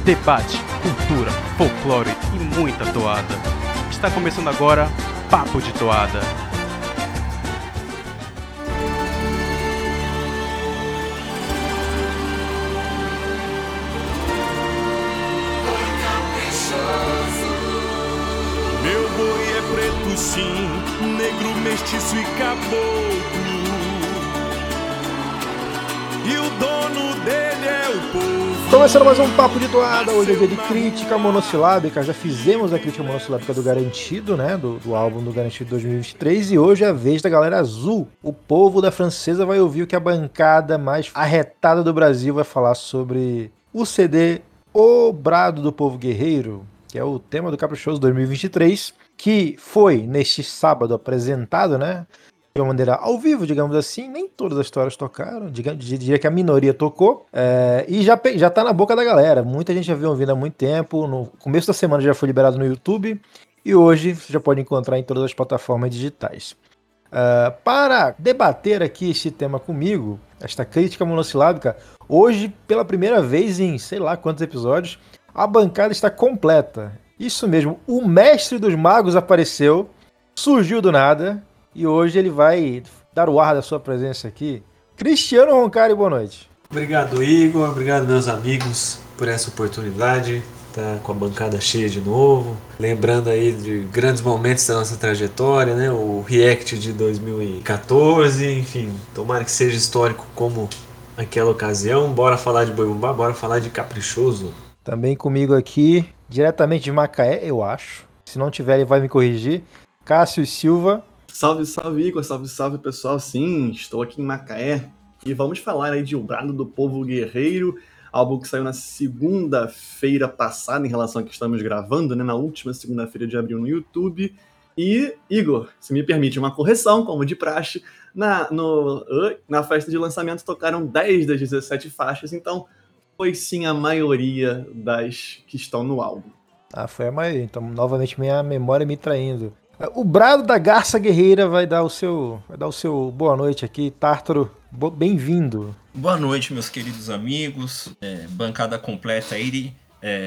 debate, cultura, folclore e muita toada. Está começando agora Papo de Toada. Meu boi é preto sim, negro, mestiço e caboclo, e o dono dele é o povo. Começando mais um Papo de Toada, hoje é dia de crítica monossilábica. Já fizemos a crítica monossilábica do Garantido, né, do álbum do Garantido 2023, e hoje é a vez da galera azul. O povo da Francesa vai ouvir o que a bancada mais arretada do Brasil vai falar sobre o CD O Brado do Povo Guerreiro, que é o tema do Caprichoso 2023, que foi neste sábado apresentado, né, de uma maneira ao vivo, digamos assim. Nem todas as histórias tocaram, diria que a minoria tocou, e já tá na boca da galera. Muita gente já viu ouvindo há muito tempo, no começo da semana já foi liberado no YouTube, e hoje você já pode encontrar em todas as plataformas digitais. Para debater aqui este tema comigo, esta crítica monossilábica, hoje, pela primeira vez em sei lá quantos episódios, a bancada está completa. Isso mesmo, o mestre dos magos apareceu, surgiu do nada, e hoje ele vai dar o ar da sua presença aqui. Cristiano Roncari, boa noite. Obrigado, Igor. Obrigado, meus amigos, por essa oportunidade. Tá com a bancada cheia de novo. Lembrando aí de grandes momentos da nossa trajetória, né? O React de 2014, enfim. Tomara que seja histórico como aquela ocasião. Bora falar de Boi Bumbá, bora falar de Caprichoso. Também comigo aqui, diretamente de Macaé, eu acho. Se não tiver, ele vai me corrigir. Cássio Silva. Salve, salve, Igor, salve, salve, pessoal. Sim, estou aqui em Macaé e vamos falar aí de O Brado do Povo Guerreiro, álbum que saiu na segunda-feira passada, em relação a que estamos gravando, né, na última segunda-feira de abril no YouTube. E, Igor, se me permite uma correção, como de praxe, na festa de lançamento tocaram 10 das 17 faixas, então foi sim a maioria das que estão no álbum. Foi a maioria, então novamente minha memória me traindo. O Brado da Garça Guerreira vai dar o seu boa noite aqui. Tártaro, bem-vindo. Boa noite, meus queridos amigos. Bancada completa aí.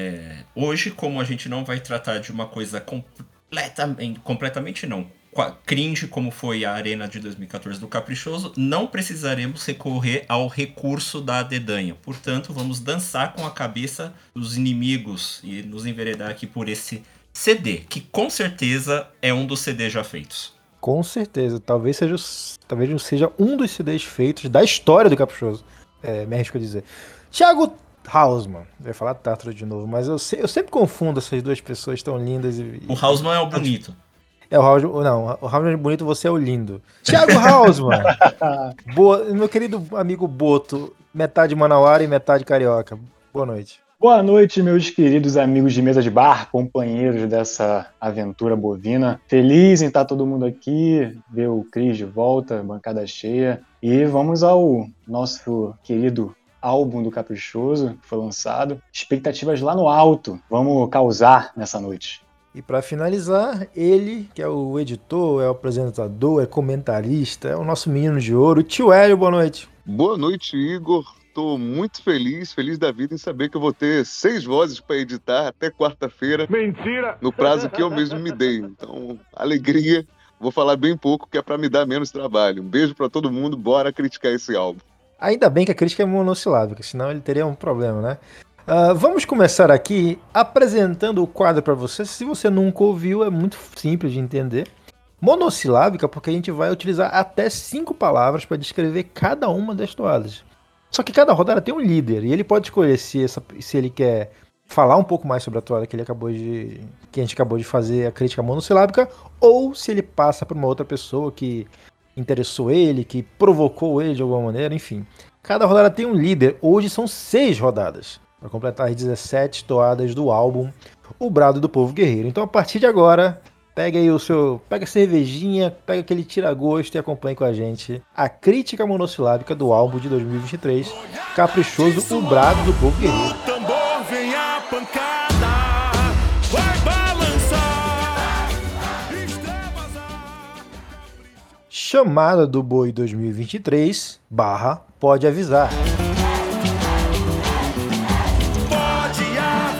Hoje, como a gente não vai tratar de uma coisa completamente não, cringe, como foi a Arena de 2014 do Caprichoso, não precisaremos recorrer ao recurso da dedanha. Portanto, vamos dançar com a cabeça dos inimigos e nos enveredar aqui por esse CD, que com certeza é um dos CDs já feitos. Com certeza, talvez seja um dos CDs feitos da história do Caprichoso. Me arrisco a dizer. Thiago Hausmann, eu ia falar Tártaro de novo, mas eu sempre confundo essas duas pessoas tão lindas. O Hausmann é o bonito. O Hausmann é bonito, você é o lindo. Thiago Hausmann, meu querido amigo Boto, metade manauara e metade carioca. Boa noite. Boa noite, meus queridos amigos de mesa de bar, companheiros dessa aventura bovina. Feliz em estar todo mundo aqui, ver o Cris de volta, bancada cheia. E vamos ao nosso querido álbum do Caprichoso, que foi lançado. Expectativas lá no alto. Vamos causar nessa noite. E para finalizar, ele, que é o editor, é o apresentador, é comentarista, é o nosso menino de ouro, o Tio Hélio, boa noite. Boa noite, Igor. Estou muito feliz da vida em saber que eu vou ter 6 vozes para editar até quarta-feira. Mentira! No prazo que eu mesmo me dei. Então, alegria. Vou falar bem pouco, que é para me dar menos trabalho. Um beijo para todo mundo, bora criticar esse álbum. Ainda bem que a crítica é monossilábica, senão ele teria um problema, né? Vamos começar aqui apresentando o quadro para você. Se você nunca ouviu, é muito simples de entender. Monossilábica, porque a gente vai utilizar até 5 palavras para descrever cada uma das toadas. Só que cada rodada tem um líder, e ele pode escolher se ele quer falar um pouco mais sobre a toada que a gente acabou de fazer a crítica monossilábica, ou se ele passa para uma outra pessoa que interessou ele, que provocou ele de alguma maneira, enfim. Cada rodada tem um líder. Hoje são 6 rodadas, para completar as 17 toadas do álbum O Brado do Povo Guerreiro. Então, a partir de agora, pega a cervejinha, pega aquele tira-gosto e acompanhe com a gente a crítica monossilábica do álbum de 2023, Caprichoso, O Brado do Povo Guerreiro. O tambor vem a pancada, vai balançar. Chamada do Boi 2023, Pode Avisar. Pode avisar.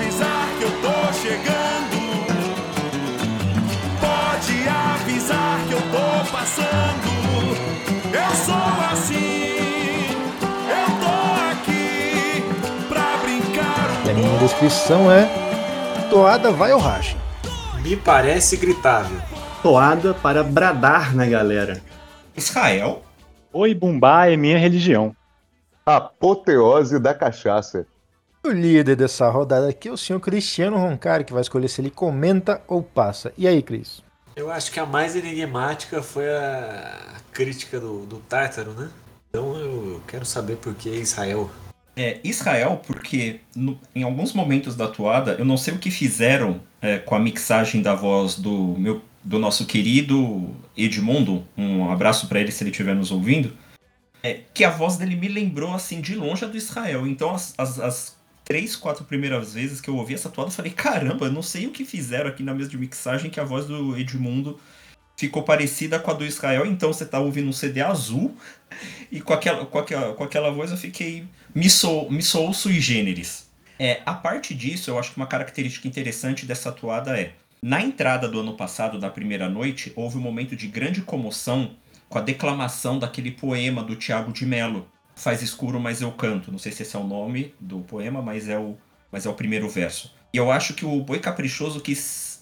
A minha descrição é: toada vai ao racha. Me parece gritável. Toada para bradar na galera. Israel? Oi, Bumbá é minha religião. Apoteose da cachaça. O líder dessa rodada aqui é o senhor Cristiano Roncari, que vai escolher se ele comenta ou passa. E aí, Cris? Eu acho que a mais enigmática foi a crítica do Tártaro, né? Então eu quero saber por que Israel. Israel, porque em alguns momentos da toada, eu não sei o que fizeram com a mixagem da voz do nosso querido Edmundo, um abraço pra ele se ele estiver nos ouvindo, que a voz dele me lembrou assim de longe a do Israel. Então as 3, 4 primeiras vezes que eu ouvi essa toada, eu falei, caramba, eu não sei o que fizeram aqui na mesa de mixagem que a voz do Edmundo ficou parecida com a do Israel. Então você tá ouvindo um CD azul e com aquela voz eu fiquei... Me soou sui generis. A parte disso, eu acho que uma característica interessante dessa toada na entrada do ano passado, da primeira noite, houve um momento de grande comoção com a declamação daquele poema do Tiago de Mello, Faz Escuro, Mas Eu Canto. Não sei se esse é o nome do poema, mas é o primeiro verso. E eu acho que o Boi Caprichoso quis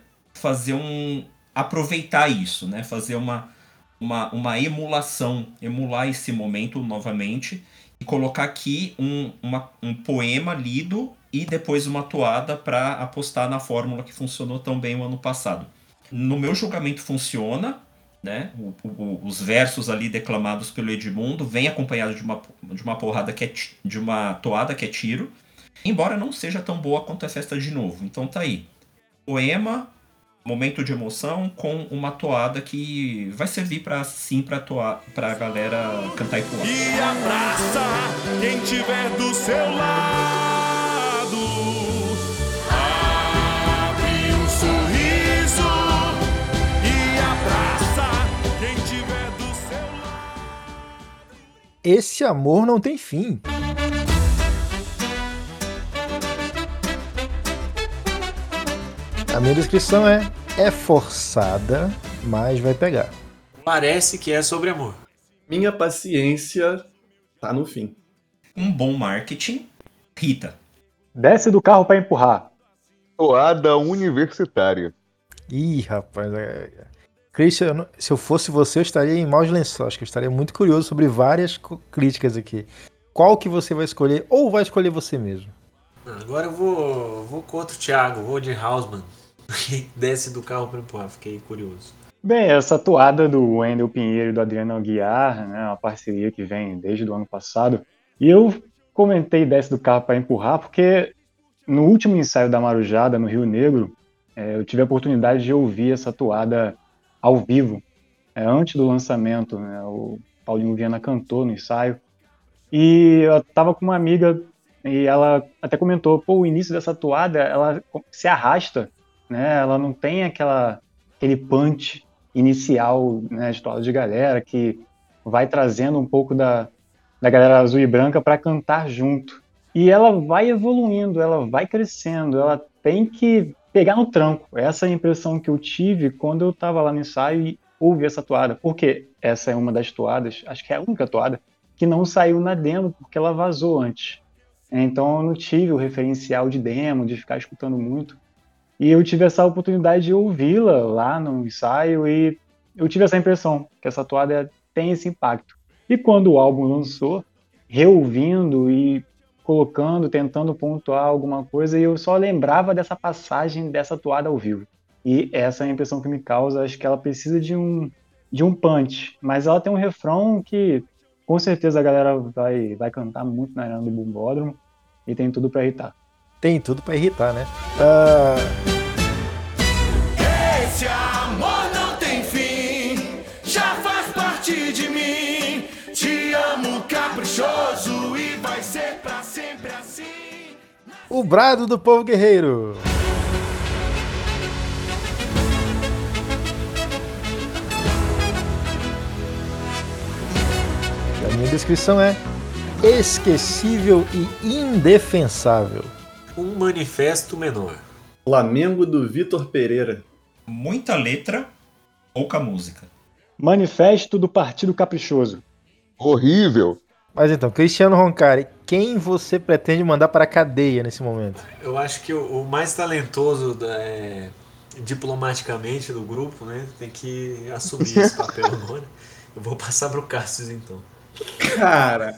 aproveitar isso, né? Fazer uma emulação, emular esse momento novamente e colocar aqui um poema lido e depois uma toada para apostar na fórmula que funcionou tão bem o ano passado. No meu julgamento funciona, né? Os versos ali declamados pelo Edmundo vem acompanhado de uma porrada de uma toada que é tiro, embora não seja tão boa quanto a Festa de Novo. Então tá aí. Poema, momento de emoção com uma toada que vai servir pra galera cantar e pular. E abraça quem tiver do seu lado. Abre um sorriso e abraça quem tiver do seu lado. Esse amor não tem fim. A minha descrição é forçada, mas vai pegar. Parece que é sobre amor. Minha paciência tá no fim. Um bom marketing, Rita. Desce do carro para empurrar. Toada universitária. Ih, rapaz. Christian, se eu fosse você, eu estaria em maus lençóis. Acho que eu estaria muito curioso sobre várias críticas aqui. Qual que você vai escolher, ou vai escolher você mesmo? Agora eu vou contra o Thiago, vou de Hausmann. Desce do carro para empurrar, fiquei curioso. Bem, essa toada do Wendel Pinheiro e do Adriano Aguiar, né, uma parceria que vem desde o ano passado. E eu comentei Desce do carro para empurrar porque no último ensaio da Marujada, no Rio Negro, eu tive a oportunidade de ouvir essa toada ao vivo, antes do lançamento, né, o Paulinho Viana cantou no ensaio. E eu estava com uma amiga e ela até comentou, o início dessa toada, ela se arrasta, né? Ela não tem aquele punch inicial, né, de toada de galera que vai trazendo um pouco da galera azul e branca para cantar junto. E ela vai evoluindo, ela vai crescendo, ela tem que pegar no tranco. Essa é a impressão que eu tive quando eu estava lá no ensaio e ouvi essa toada, porque essa é uma das toadas, acho que é a única toada, que não saiu na demo porque ela vazou antes. Então eu não tive o referencial de demo, de ficar escutando muito. E eu tive essa oportunidade de ouvi-la lá no ensaio e eu tive essa impressão, que essa toada tem esse impacto. E quando o álbum lançou, reouvindo e colocando, tentando pontuar alguma coisa, e eu só lembrava dessa passagem dessa toada ao vivo. E essa é a impressão que me causa, acho que ela precisa de um punch, mas ela tem um refrão que com certeza a galera vai cantar muito na arena do Bumbódromo e tem tudo pra irritar. Tem tudo pra irritar, né? Esse amor não tem fim, já faz parte de mim. Te amo caprichoso e vai ser pra sempre assim. O brado do povo guerreiro. A minha descrição é esquecível e indefensável. Um manifesto menor. Flamengo do Vitor Pereira. Muita letra, pouca música. Manifesto do Partido Caprichoso. Horrível. Mas então, Cristiano Roncari, quem você pretende mandar para a cadeia nesse momento? Eu acho que o mais talentoso diplomaticamente do grupo, né, tem que assumir esse papel agora. Eu vou passar pro Cassius, então. Cara,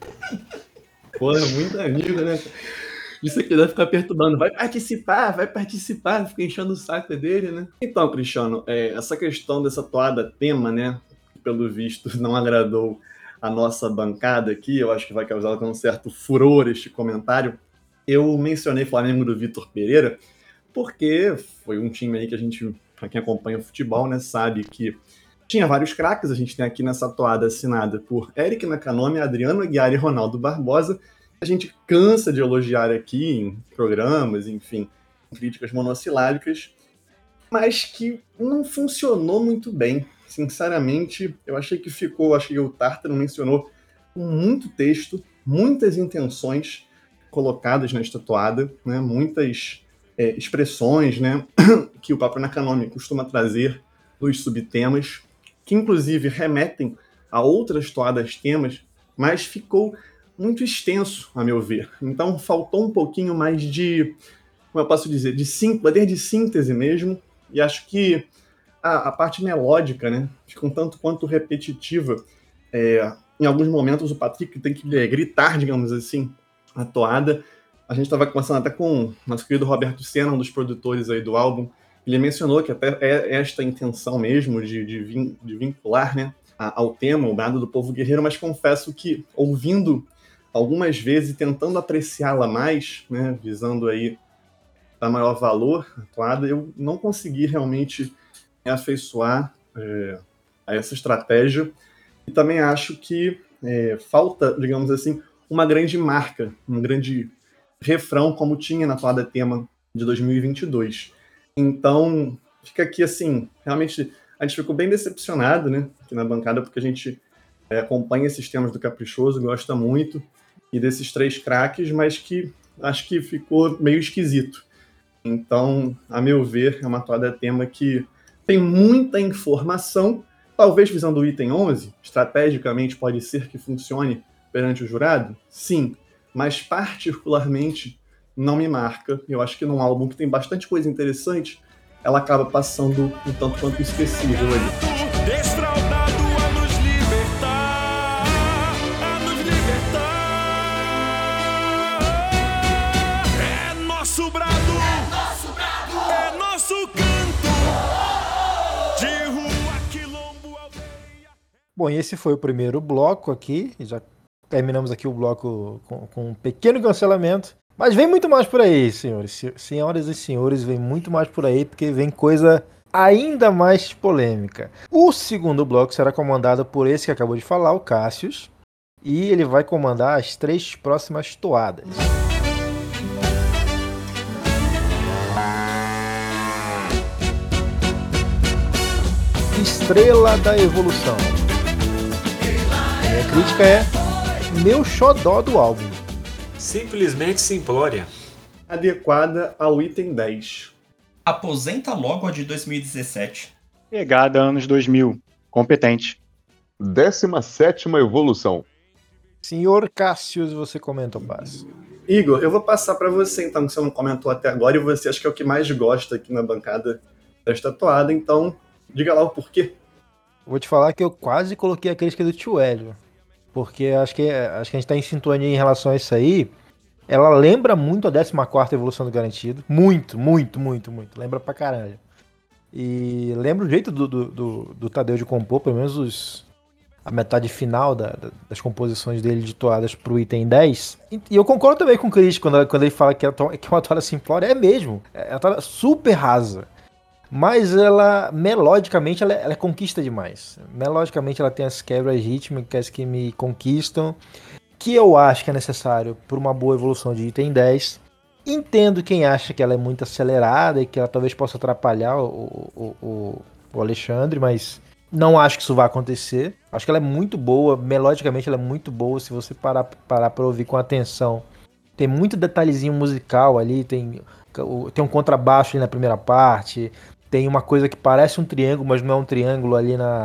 pô, é muito amigo, né? Isso aqui deve ficar perturbando. Vai participar, fica enchendo o saco dele, né? Então, Cristiano, essa questão dessa toada tema, né? Que, pelo visto, não agradou a nossa bancada aqui, eu acho que vai causar um certo furor este comentário. Eu mencionei Flamengo do Vitor Pereira, porque foi um time aí que a gente, pra quem acompanha o futebol, né, sabe que tinha vários craques. A gente tem aqui nessa toada assinada por Eric Nakanomi, Adriano Aguiar e Ronaldo Barbosa. A gente cansa de elogiar aqui em programas, enfim, em críticas monossilábicas, mas que não funcionou muito bem. Sinceramente, eu achei que o Tártaro mencionou com muito texto, muitas intenções colocadas nesta toada, né, muitas expressões, né, que o próprio Nakanomi costuma trazer nos subtemas, que inclusive remetem a outras toadas temas, mas ficou muito extenso, a meu ver. Então faltou um pouquinho mais de, como eu posso dizer, poder de síntese mesmo, e acho que a parte melódica, né, fica um tanto quanto repetitiva. Em alguns momentos o Patrick tem que gritar, digamos assim, a toada. A gente estava conversando até com o nosso querido Roberto Senna, um dos produtores aí do álbum. Ele mencionou que até é esta intenção mesmo de vincular, né, ao tema, o Brado do Povo Guerreiro, mas confesso que, ouvindo algumas vezes, tentando apreciá-la mais, né, visando aí dar maior valor à toada, eu não consegui realmente me afeiçoar a essa estratégia. E também acho que falta, digamos assim, uma grande marca, um grande refrão, como tinha na toada tema de 2022. Então, fica aqui assim, realmente a gente ficou bem decepcionado, né, aqui na bancada, porque a gente acompanha esses temas do Caprichoso, gosta muito, e desses três craques, mas que acho que ficou meio esquisito. Então, a meu ver, é uma toada tema que tem muita informação, talvez visando o item 11, estrategicamente pode ser que funcione perante o jurado, sim, mas particularmente não me marca. Eu acho que num álbum que tem bastante coisa interessante, ela acaba passando um tanto quanto esquecível ali. Desfraudado a nos libertar, É nosso brado, é nosso canto, de rua, quilombo, aldeia. Bom, e esse foi o primeiro bloco aqui. Já terminamos aqui o bloco com um pequeno cancelamento. Mas vem muito mais por aí, senhores. Senhoras e senhores, vem muito mais por aí, porque vem coisa ainda mais polêmica. O segundo bloco será comandado por esse que acabou de falar, o Cassius. E ele vai comandar as 3 próximas toadas. Estrela da Evolução. A minha crítica é meu xodó do álbum. Simplesmente simplória. Adequada ao item 10. Aposenta logo a de 2017. Pegada anos 2000. Competente. 17ª evolução. Senhor Cassius, você comenta o passo. Igor, eu vou passar para você, então, que você não comentou até agora, e você acho que é o que mais gosta aqui na bancada desta toada, então diga lá o porquê. Vou te falar que eu quase coloquei a crítica do Tio Hélio, porque acho que a gente tá em sintonia em relação a isso aí. Ela lembra muito a 14ª evolução do Garantido. Muito. Lembra pra caralho. E lembra o jeito do Tadeu de compor, pelo menos a metade final das composições dele de toadas pro item 10. E eu concordo também com o Chris quando ele fala que é uma toada simplória. É mesmo. É uma toada super rasa. Mas ela, melodicamente, ela conquista demais. Melodicamente, ela tem as quebras rítmicas que me conquistam, que eu acho que é necessário por uma boa evolução de item 10. Entendo quem acha que ela é muito acelerada e que ela talvez possa atrapalhar o Alexandre, mas não acho que isso vai acontecer. Acho que ela é muito boa, melodicamente ela é muito boa, se você parar para ouvir com atenção. Tem muito detalhezinho musical ali, tem um contrabaixo ali na primeira parte, tem uma coisa que parece um triângulo, mas não é um triângulo ali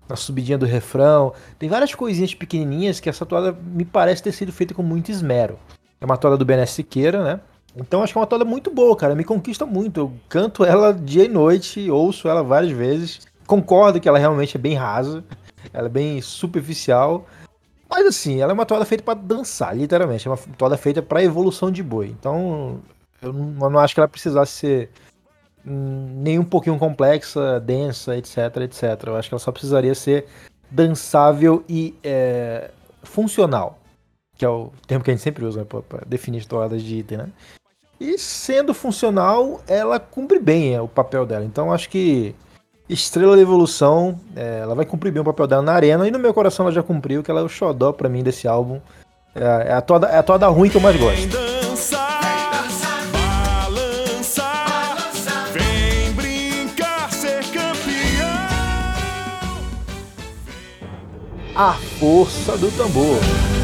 na subidinha do refrão. Tem várias coisinhas pequenininhas que essa toada me parece ter sido feita com muito esmero. É uma toada do Bené Siqueira, né? Então acho que é uma toada muito boa, cara. Me conquista muito. Eu canto ela dia e noite, ouço ela várias vezes. Concordo que ela realmente é bem rasa. Ela é bem superficial. Mas assim, ela é uma toada feita pra dançar, literalmente. É uma toada feita pra evolução de boi. Então eu não acho que ela precisasse ser nem um pouquinho complexa, densa, etc, etc. Eu acho que ela só precisaria ser dançável e funcional. Que é o termo que a gente sempre usa, né, pra definir toadas de item, né? E sendo funcional, ela cumpre bem o papel dela. Então acho que Estrela da Evolução, ela vai cumprir bem o papel dela na arena. E no meu coração ela já cumpriu, que ela é o xodó pra mim desse álbum. É a toada ruim que eu mais gosto. Vem dançar, balançar, vem brincar, ser campeão. A força do tambor.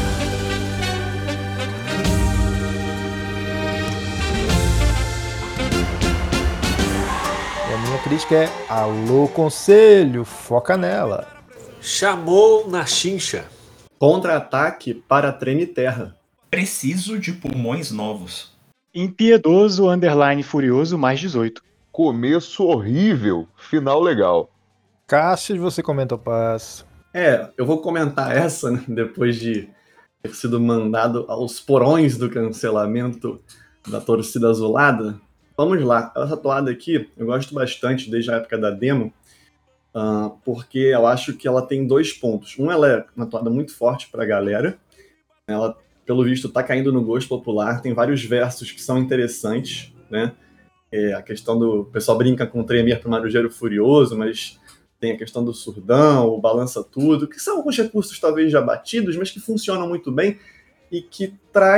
E a minha crítica é: alô, conselho, foca nela. Chamou na chincha. Contra-ataque para Treme Terra. Preciso de pulmões novos. Impiedoso, underline furioso, mais 18. Começo horrível, final legal. Cássio, você comenta o passo. Eu vou comentar essa, né, depois de ter sido mandado aos porões do cancelamento da torcida azulada. Vamos lá, essa toada aqui eu gosto bastante desde a época da demo, porque eu acho que ela tem 2 pontos. Ela é uma toada muito forte pra galera, ela, pelo visto, tá caindo no gosto popular, tem vários versos que são interessantes, né? A questão do... O pessoal brinca com o tremer pro marujeiro furioso, mas tem a questão do surdão, o balança tudo, que são alguns recursos talvez já batidos, mas que funcionam muito bem e que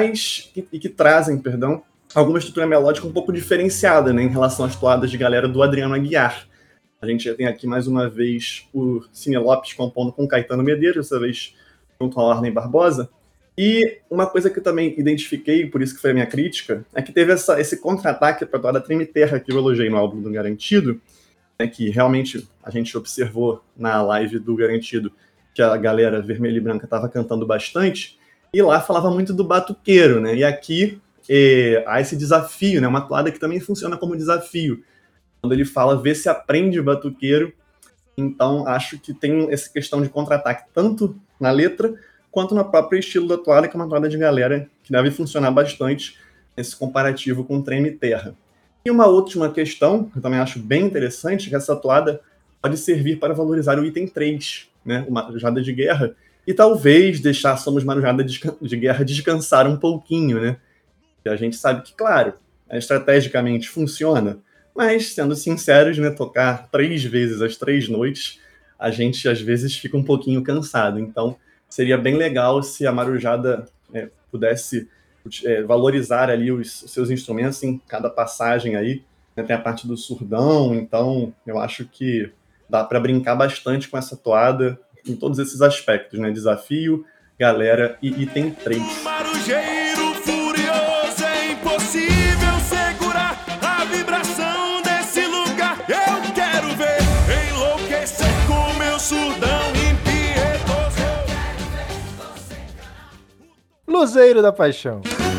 trazem, alguma estrutura melódica um pouco diferenciada, né, em relação às toadas de galera do Adriano Aguiar. A gente já tem aqui mais uma vez o Cine Lopes compondo com Caetano Medeiros, dessa vez junto ao Arlen Barbosa. E uma coisa que eu também identifiquei, por isso que foi a minha crítica, é que teve esse contra-ataque para a toada Treme Terra que eu elogiei no álbum do Garantido, né, que realmente a gente observou na live do Garantido que a galera vermelha e branca estava cantando bastante, e lá falava muito do batuqueiro, né? E aqui há esse desafio, né? Uma toada que também funciona como desafio. Quando ele fala, vê se aprende batuqueiro. Então, acho que tem essa questão de contra-ataque, tanto na letra, quanto no próprio estilo da toada, que é uma toada de galera que deve funcionar bastante nesse comparativo com Treme Terra. E uma última questão, que eu também acho bem interessante, que essa toada pode servir para valorizar o item 3, né? O Marujada de Guerra, e talvez deixar Somos Marujada de Guerra descansar um pouquinho, né? E a gente sabe que, claro, estrategicamente funciona, mas, sendo sinceros, né, tocar 3 vezes as 3 noites, a gente às vezes fica um pouquinho cansado. Então, seria bem legal se a Marujada pudesse valorizar ali os seus instrumentos em cada passagem aí. Né, tem a parte do surdão, então eu acho que dá para brincar bastante com essa toada em todos esses aspectos, né? Desafio, galera e item 3. Marujeiro furioso, é impossível segurar a vibração desse lugar. Eu quero ver enlouquecer com meu surdão impiedoso. Luzeiro da Paixão.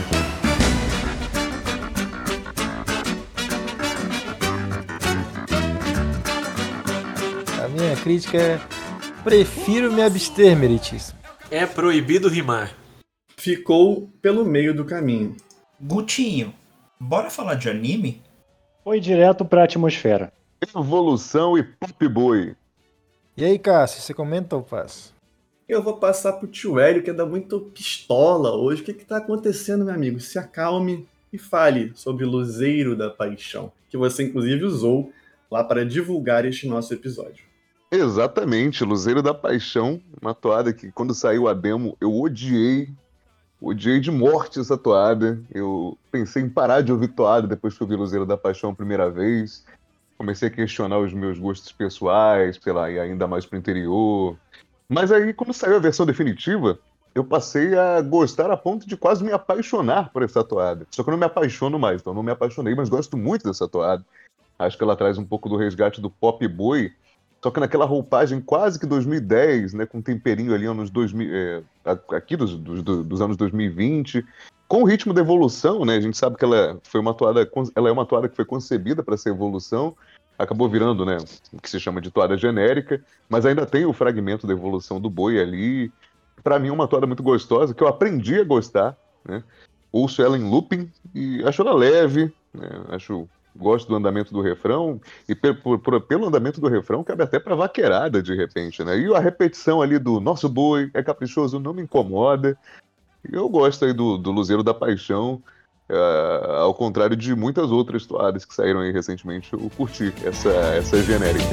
A minha crítica é: prefiro me abster, meritíssimo. É proibido rimar. Ficou pelo meio do caminho. Gutinho, bora falar de anime? Foi direto pra atmosfera. Evolução e Pop Boy. E aí, Cássio, você comenta ou passa? Eu vou passar pro tio Hélio, que anda muito pistola hoje. O que tá acontecendo, meu amigo? Se acalme e fale sobre Luzeiro da Paixão, que você inclusive usou lá para divulgar este nosso episódio. Exatamente, Luzeiro da Paixão, uma toada que quando saiu a demo eu odiei de morte essa toada. Eu pensei em parar de ouvir toada depois que eu vi Luzeiro da Paixão a primeira vez. Comecei a questionar os meus gostos pessoais, sei lá, e ainda mais pro interior. Mas aí quando saiu a versão definitiva, eu passei a gostar a ponto de quase me apaixonar por essa toada. Só que eu não me apaixono mais, então eu não me apaixonei, mas gosto muito dessa toada. Acho que ela traz um pouco do resgate do pop boy, só que naquela roupagem quase que 2010, né, com temperinho ali anos 2000, aqui dos anos 2020, com o ritmo da evolução, né, a gente sabe que ela é uma toada que foi concebida para ser evolução, acabou virando, né, o que se chama de toada genérica, mas ainda tem o fragmento da evolução do boi ali. Para mim é uma toada muito gostosa, que eu aprendi a gostar, né, ouço ela em looping e acho ela leve, né, gosto do andamento do refrão, e pelo andamento do refrão cabe até pra vaqueirada de repente, né? E a repetição ali do nosso boi é caprichoso não me incomoda. E eu gosto aí do Luzeiro da Paixão, ao contrário de muitas outras toadas que saíram aí recentemente, eu curti essa genérica.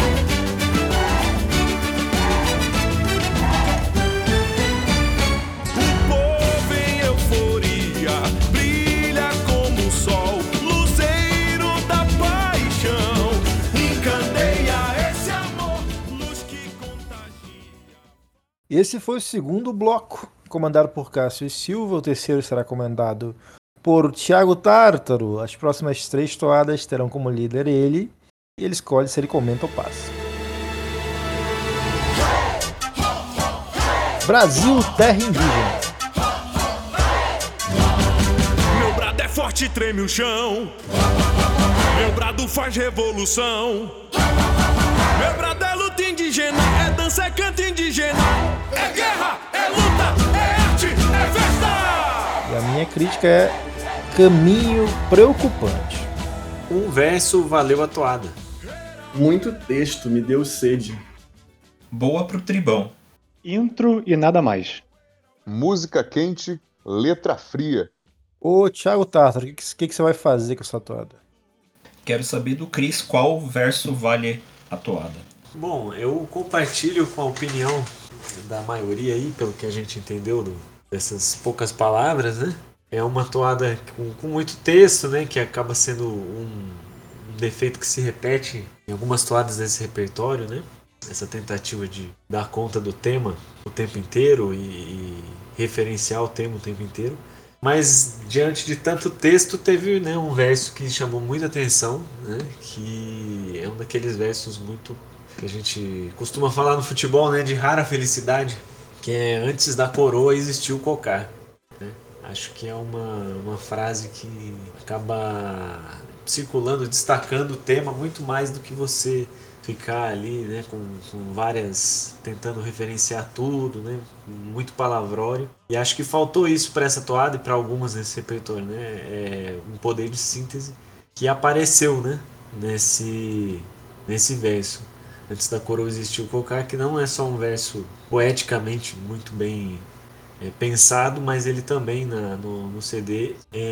Esse foi o segundo bloco, comandado por Cássio e Silva. O terceiro será comandado por Thiago Tártaro. As próximas 3 toadas terão como líder ele, e ele escolhe se ele comenta ou passa. Brasil, terra indígena. Meu brado é forte, treme o chão. Meu brado faz revolução. Meu brado é luta indígena, é dança, é canto indígena. É guerra, é luta, é arte, é festa. E a minha crítica é caminho preocupante. Um verso valeu a toada. Muito texto, me deu sede. Boa pro tribão. Intro e nada mais. Música quente, letra fria. Ô, Thiago Tártaro, o que você vai fazer com essa toada? Quero saber do Cris qual verso vale a toada. Bom, eu compartilho com a opinião da maioria aí, pelo que a gente entendeu dessas poucas palavras, né? É uma toada com muito texto, né? Que acaba sendo um defeito que se repete em algumas toadas desse repertório, né? Essa tentativa de dar conta do tema o tempo inteiro e referenciar o tema o tempo inteiro. Mas diante de tanto texto, teve, né, um verso que chamou muita atenção, né? Que é um daqueles versos muito que a gente costuma falar no futebol, né, de rara felicidade, que é antes da coroa existiu o cocar. Né? Acho que é uma frase que acaba circulando, destacando o tema muito mais do que você ficar ali, né, com várias, tentando referenciar tudo, né, muito palavrório. E acho que faltou isso para essa toada e para algumas nesse repertório, né, um poder de síntese que apareceu, né, nesse verso. Antes da coroa existiu o cocar, que não é só um verso poeticamente muito bem pensado, mas ele também no CD,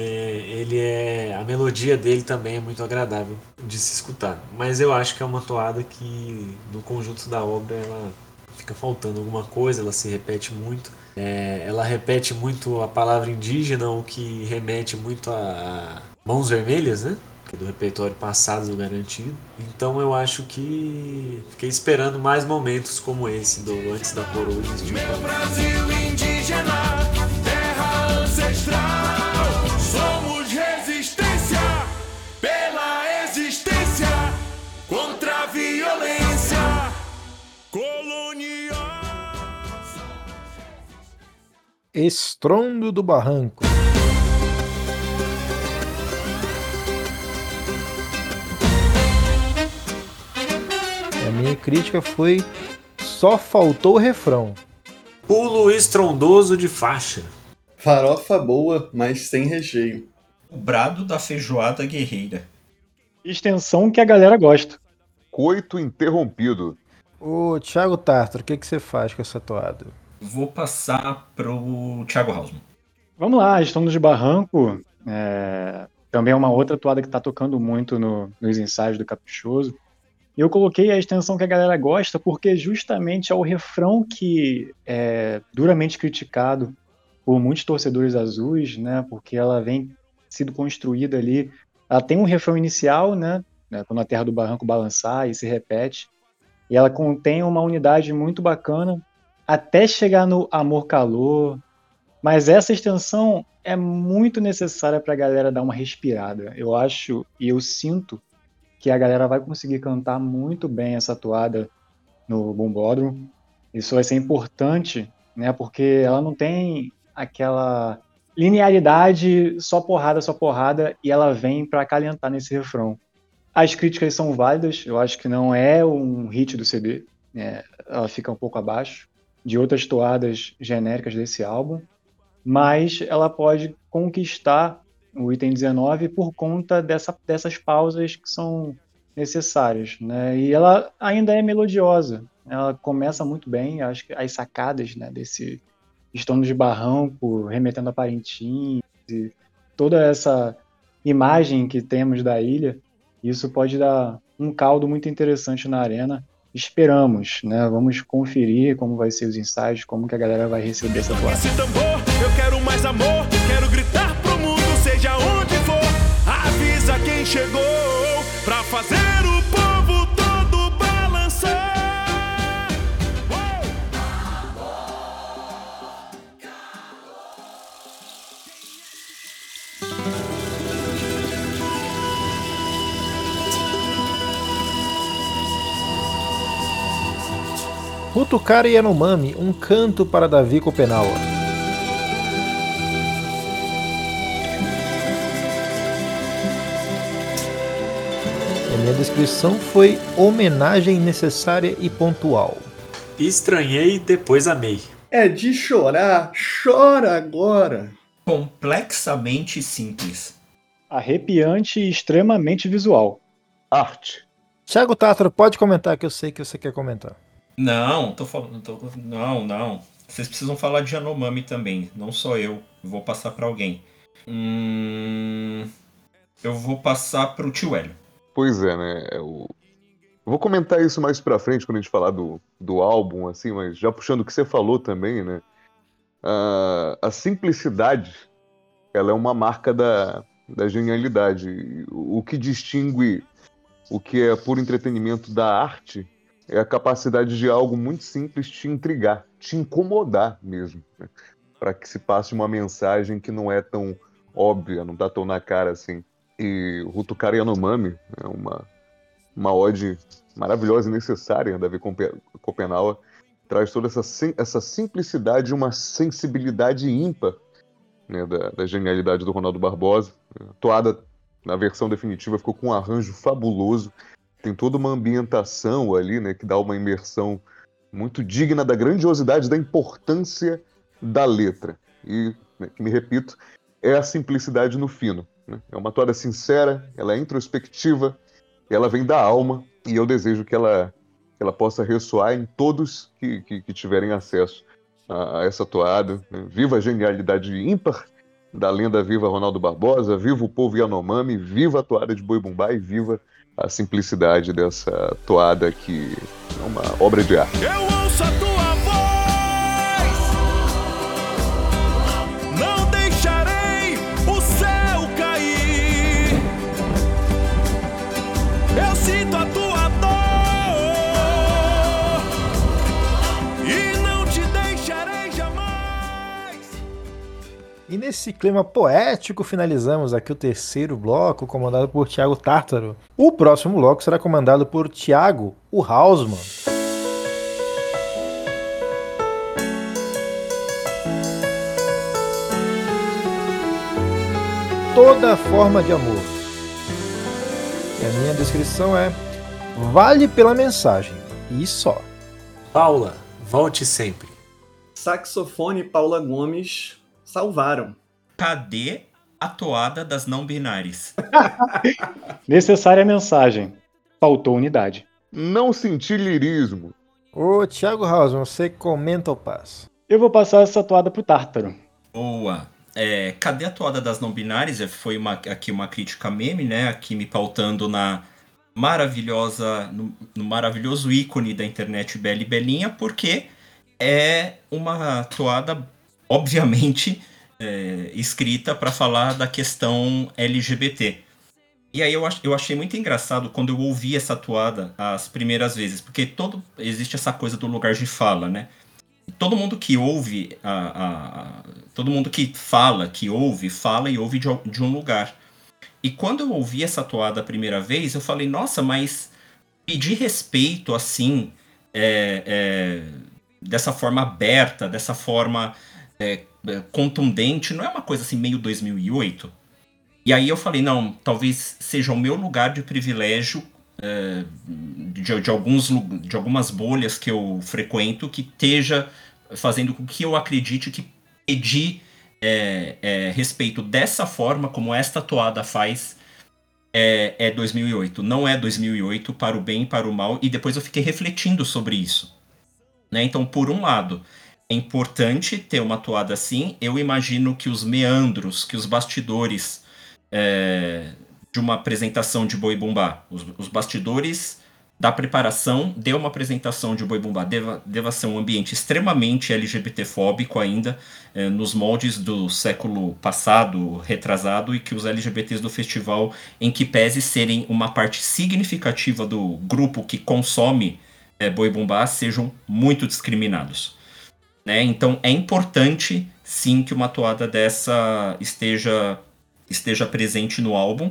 a melodia dele também é muito agradável de se escutar. Mas eu acho que é uma toada que no conjunto da obra ela fica faltando alguma coisa, ela se repete muito. Ela repete muito a palavra indígena, o que remete muito a Mãos Vermelhas, né? Do repertório passado do Garantido. Então eu acho que fiquei esperando mais momentos como esse do Antes da Coroa existir. Meu Brasil indígena, terra ancestral, somos resistência pela existência contra a violência colonial. Estrondo do Barranco. A minha crítica foi: só faltou o refrão. Pulo estrondoso de faixa. Farofa boa, mas sem recheio. O brado da feijoada guerreira. Extensão que a galera gosta. Coito interrompido. Ô, Thiago Tártaro, o que você faz com essa toada? Vou passar pro Thiago Hausmann. Vamos lá, Estamos de Barranco. Também é uma outra toada que está tocando muito nos ensaios do Caprichoso. E eu coloquei a extensão que a galera gosta porque justamente é o refrão que é duramente criticado por muitos torcedores azuis, né? Porque ela vem sido construída ali. Ela tem um refrão inicial, né? Quando a terra do barranco balançar e se repete. E ela contém uma unidade muito bacana até chegar no Amor Calor. Mas essa extensão é muito necessária para a galera dar uma respirada. Eu acho e eu sinto que a galera vai conseguir cantar muito bem essa toada no Bombódromo. Isso vai ser importante, né? Porque ela não tem aquela linearidade só porrada, e ela vem para acalentar nesse refrão. As críticas são válidas, eu acho que não é um hit do CD, né? Ela fica um pouco abaixo de outras toadas genéricas desse álbum, mas ela pode conquistar o item 19 por conta dessas pausas que são necessárias, né? E ela ainda é melodiosa, ela começa muito bem, acho que as sacadas, né, desse Estômago de Barranco, remetendo a Parintins, e toda essa imagem que temos da ilha, isso pode dar um caldo muito interessante na arena. Esperamos, né? Vamos conferir como vai ser os ensaios, como que a galera vai receber essa toada. Esse tambor, eu quero mais amor, quero gritar pro mundo, seja onde for. Avisa quem chegou pra fazer o povo todo balançar. Rutukara Yanomami, um canto para Davi Copenaua. A minha descrição foi homenagem necessária e pontual. Estranhei, depois amei. É de chorar, chora agora. Complexamente simples. Arrepiante e extremamente visual. Arte. Thiago Tátaro, pode comentar que eu sei que você quer comentar. Não, tô falando. Não. Vocês precisam falar de Yanomami também. Não só eu. Vou passar pra alguém. Eu vou passar pro Tio Hélio. Pois é, né? Eu vou comentar isso mais pra frente, quando a gente falar do álbum, assim, mas já puxando o que você falou também, né? A simplicidade, ela é uma marca da genialidade. O que distingue o que é puro entretenimento da arte é a capacidade de algo muito simples te intrigar, te incomodar mesmo, né? Para que se passe uma mensagem que não é tão óbvia, não tá tão na cara assim. E o Rutukara Yanomami é uma ode maravilhosa e necessária da Davi Copenaua, traz toda essa simplicidade e uma sensibilidade ímpar, né, da genialidade do Ronaldo Barbosa. A toada, na versão definitiva, ficou com um arranjo fabuloso, tem toda uma ambientação ali, né, que dá uma imersão muito digna da grandiosidade, da importância da letra. E, né, que me repito, é a simplicidade no fino, né? É uma toada sincera, ela é introspectiva, ela vem da alma, e eu desejo que ela possa ressoar em todos que tiverem acesso a essa toada, né? Viva a genialidade ímpar da lenda viva Ronaldo Barbosa, viva o povo Yanomami, viva a toada de Boi Bumbá e viva a simplicidade dessa toada que é uma obra de arte. Eu ouço a tua voz, não deixarei o céu cair. Eu sinto a tua dor e não te deixarei jamais. E nesse clima poético, finalizamos aqui o terceiro bloco, comandado por Thiago Tártaro. O próximo bloco será comandado por Thiago, o Hausmann. Toda forma de amor. E a minha descrição é: vale pela mensagem, e só. Paula, volte sempre. Saxofone e Paula Gomes salvaram. Cadê a toada das não binárias? Necessária mensagem. Faltou unidade. Não senti lirismo. Ô, Thiago Hausmann, você comenta ou passa? Eu vou passar essa toada pro Tártaro. Boa. Cadê a toada das não binárias? Foi aqui uma crítica meme, né? Aqui me pautando no maravilhoso ícone da internet Bela e Belinha, porque é uma toada, obviamente, escrita para falar da questão LGBT. E aí eu achei muito engraçado quando eu ouvi essa toada as primeiras vezes, porque existe essa coisa do lugar de fala, né? Todo mundo que ouve, todo mundo que fala e ouve de um lugar. E quando eu ouvi essa toada a primeira vez, eu falei, nossa, mas pedir respeito assim, dessa forma aberta, dessa forma contundente, não é uma coisa assim meio 2008? E aí eu falei, não, talvez seja o meu lugar de privilégio de algumas bolhas que eu frequento que esteja fazendo com que eu acredite que pedir respeito dessa forma, como esta toada faz, é 2008. Não é 2008 para o bem e para o mal. E depois eu fiquei refletindo sobre isso. Né? Então, por um lado, é importante ter uma toada assim. Eu imagino que os meandros, que os bastidores de uma apresentação de Boi Bumbá, os bastidores da preparação de uma apresentação de Boi Bumbá deva ser um ambiente extremamente LGBTfóbico ainda, nos moldes do século passado, retrasado, e que os LGBTs do festival, em que pese serem uma parte significativa do grupo que consome Boi Bumbá, sejam muito discriminados. Né? Então é importante, sim, que uma toada dessa esteja presente no álbum,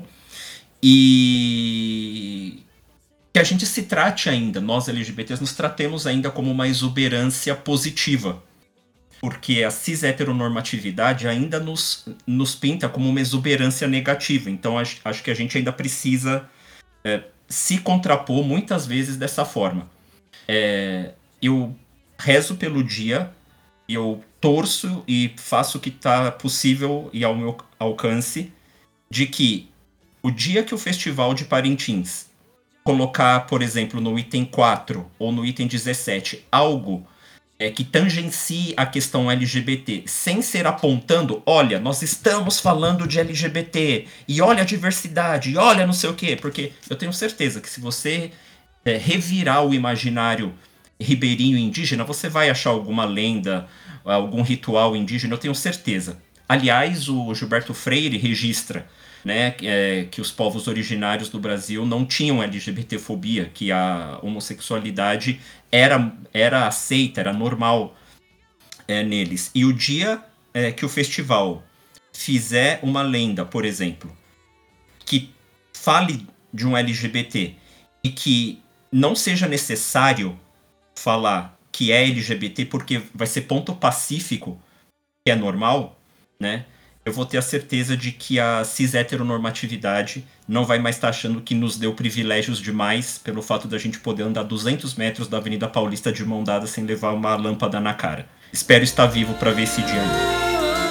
e que a gente se trate ainda, nós LGBTs nos tratemos ainda como uma exuberância positiva, porque a cis-heteronormatividade ainda nos pinta como uma exuberância negativa. Então acho que a gente ainda precisa se contrapor muitas vezes dessa forma. Eu rezo pelo dia, eu torço e faço o que está possível e ao meu alcance, de que o dia que o Festival de Parintins colocar, por exemplo, no item 4 ou no item 17, algo que tangencie a questão LGBT, sem ser apontando, olha, nós estamos falando de LGBT, e olha a diversidade, e olha não sei o quê, porque eu tenho certeza que se você revirar o imaginário ribeirinho indígena, você vai achar alguma lenda, algum ritual indígena, eu tenho certeza. Aliás, o Gilberto Freire registra, né, que os povos originários do Brasil não tinham LGBTfobia, que a homossexualidade era aceita, era normal neles. E o dia que o festival fizer uma lenda, por exemplo, que fale de um LGBT e que não seja necessário falar que é LGBT porque vai ser ponto pacífico, que é normal, né? Eu vou ter a certeza de que a cis-heteronormatividade não vai mais estar achando que nos deu privilégios demais pelo fato da gente poder andar 200 metros da Avenida Paulista de mão dada sem levar uma lâmpada na cara. Espero estar vivo para ver esse dia ainda.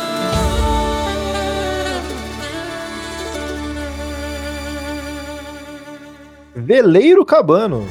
Veleiro Cabano.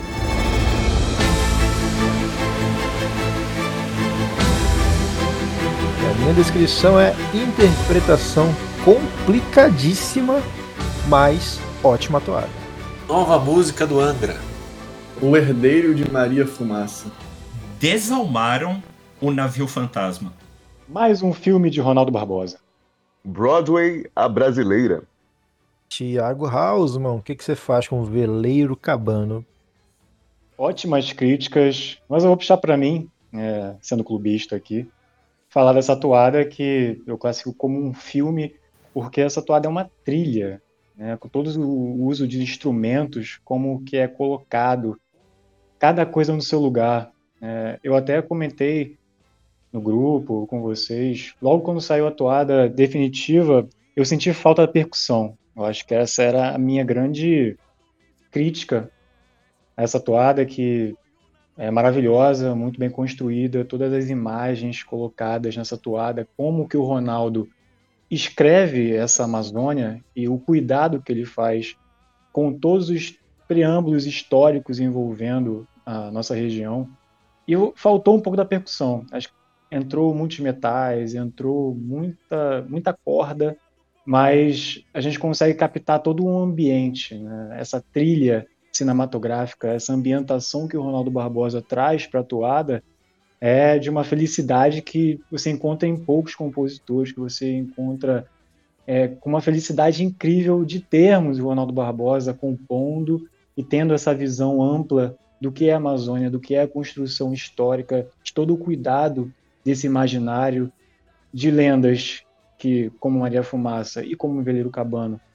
A minha descrição é interpretação complicadíssima, mas ótima toada. Nova música do Andra. O Herdeiro de Maria Fumaça. Desalmaram o Navio Fantasma. Mais um filme de Ronaldo Barbosa. Broadway, a brasileira. Tiago Hausmann, o que você faz com o Veleiro Cabano? Ótimas críticas, mas eu vou puxar para mim, sendo clubista aqui, falar dessa toada que eu classifico como um filme, porque essa toada é uma trilha, né, com todo o uso de instrumentos, como que é colocado, cada coisa no seu lugar. Eu até comentei no grupo com vocês, logo quando saiu a toada definitiva, eu senti falta da percussão. Eu acho que essa era a minha grande crítica a essa toada, que é maravilhosa, muito bem construída, todas as imagens colocadas nessa toada, como que o Ronaldo escreve essa Amazônia e o cuidado que ele faz com todos os preâmbulos históricos envolvendo a nossa região. E faltou um pouco da percussão. Acho que entrou muitos metais, entrou muita corda, mas a gente consegue captar todo um ambiente, né? Essa trilha cinematográfica, essa ambientação que o Ronaldo Barbosa traz para a toada é de uma felicidade que você encontra em poucos compositores, que você encontra com uma felicidade incrível de termos o Ronaldo Barbosa compondo e tendo essa visão ampla do que é a Amazônia, do que é a construção histórica, de todo o cuidado desse imaginário de lendas que, como Maria Fumaça e como Veleiro Cabano,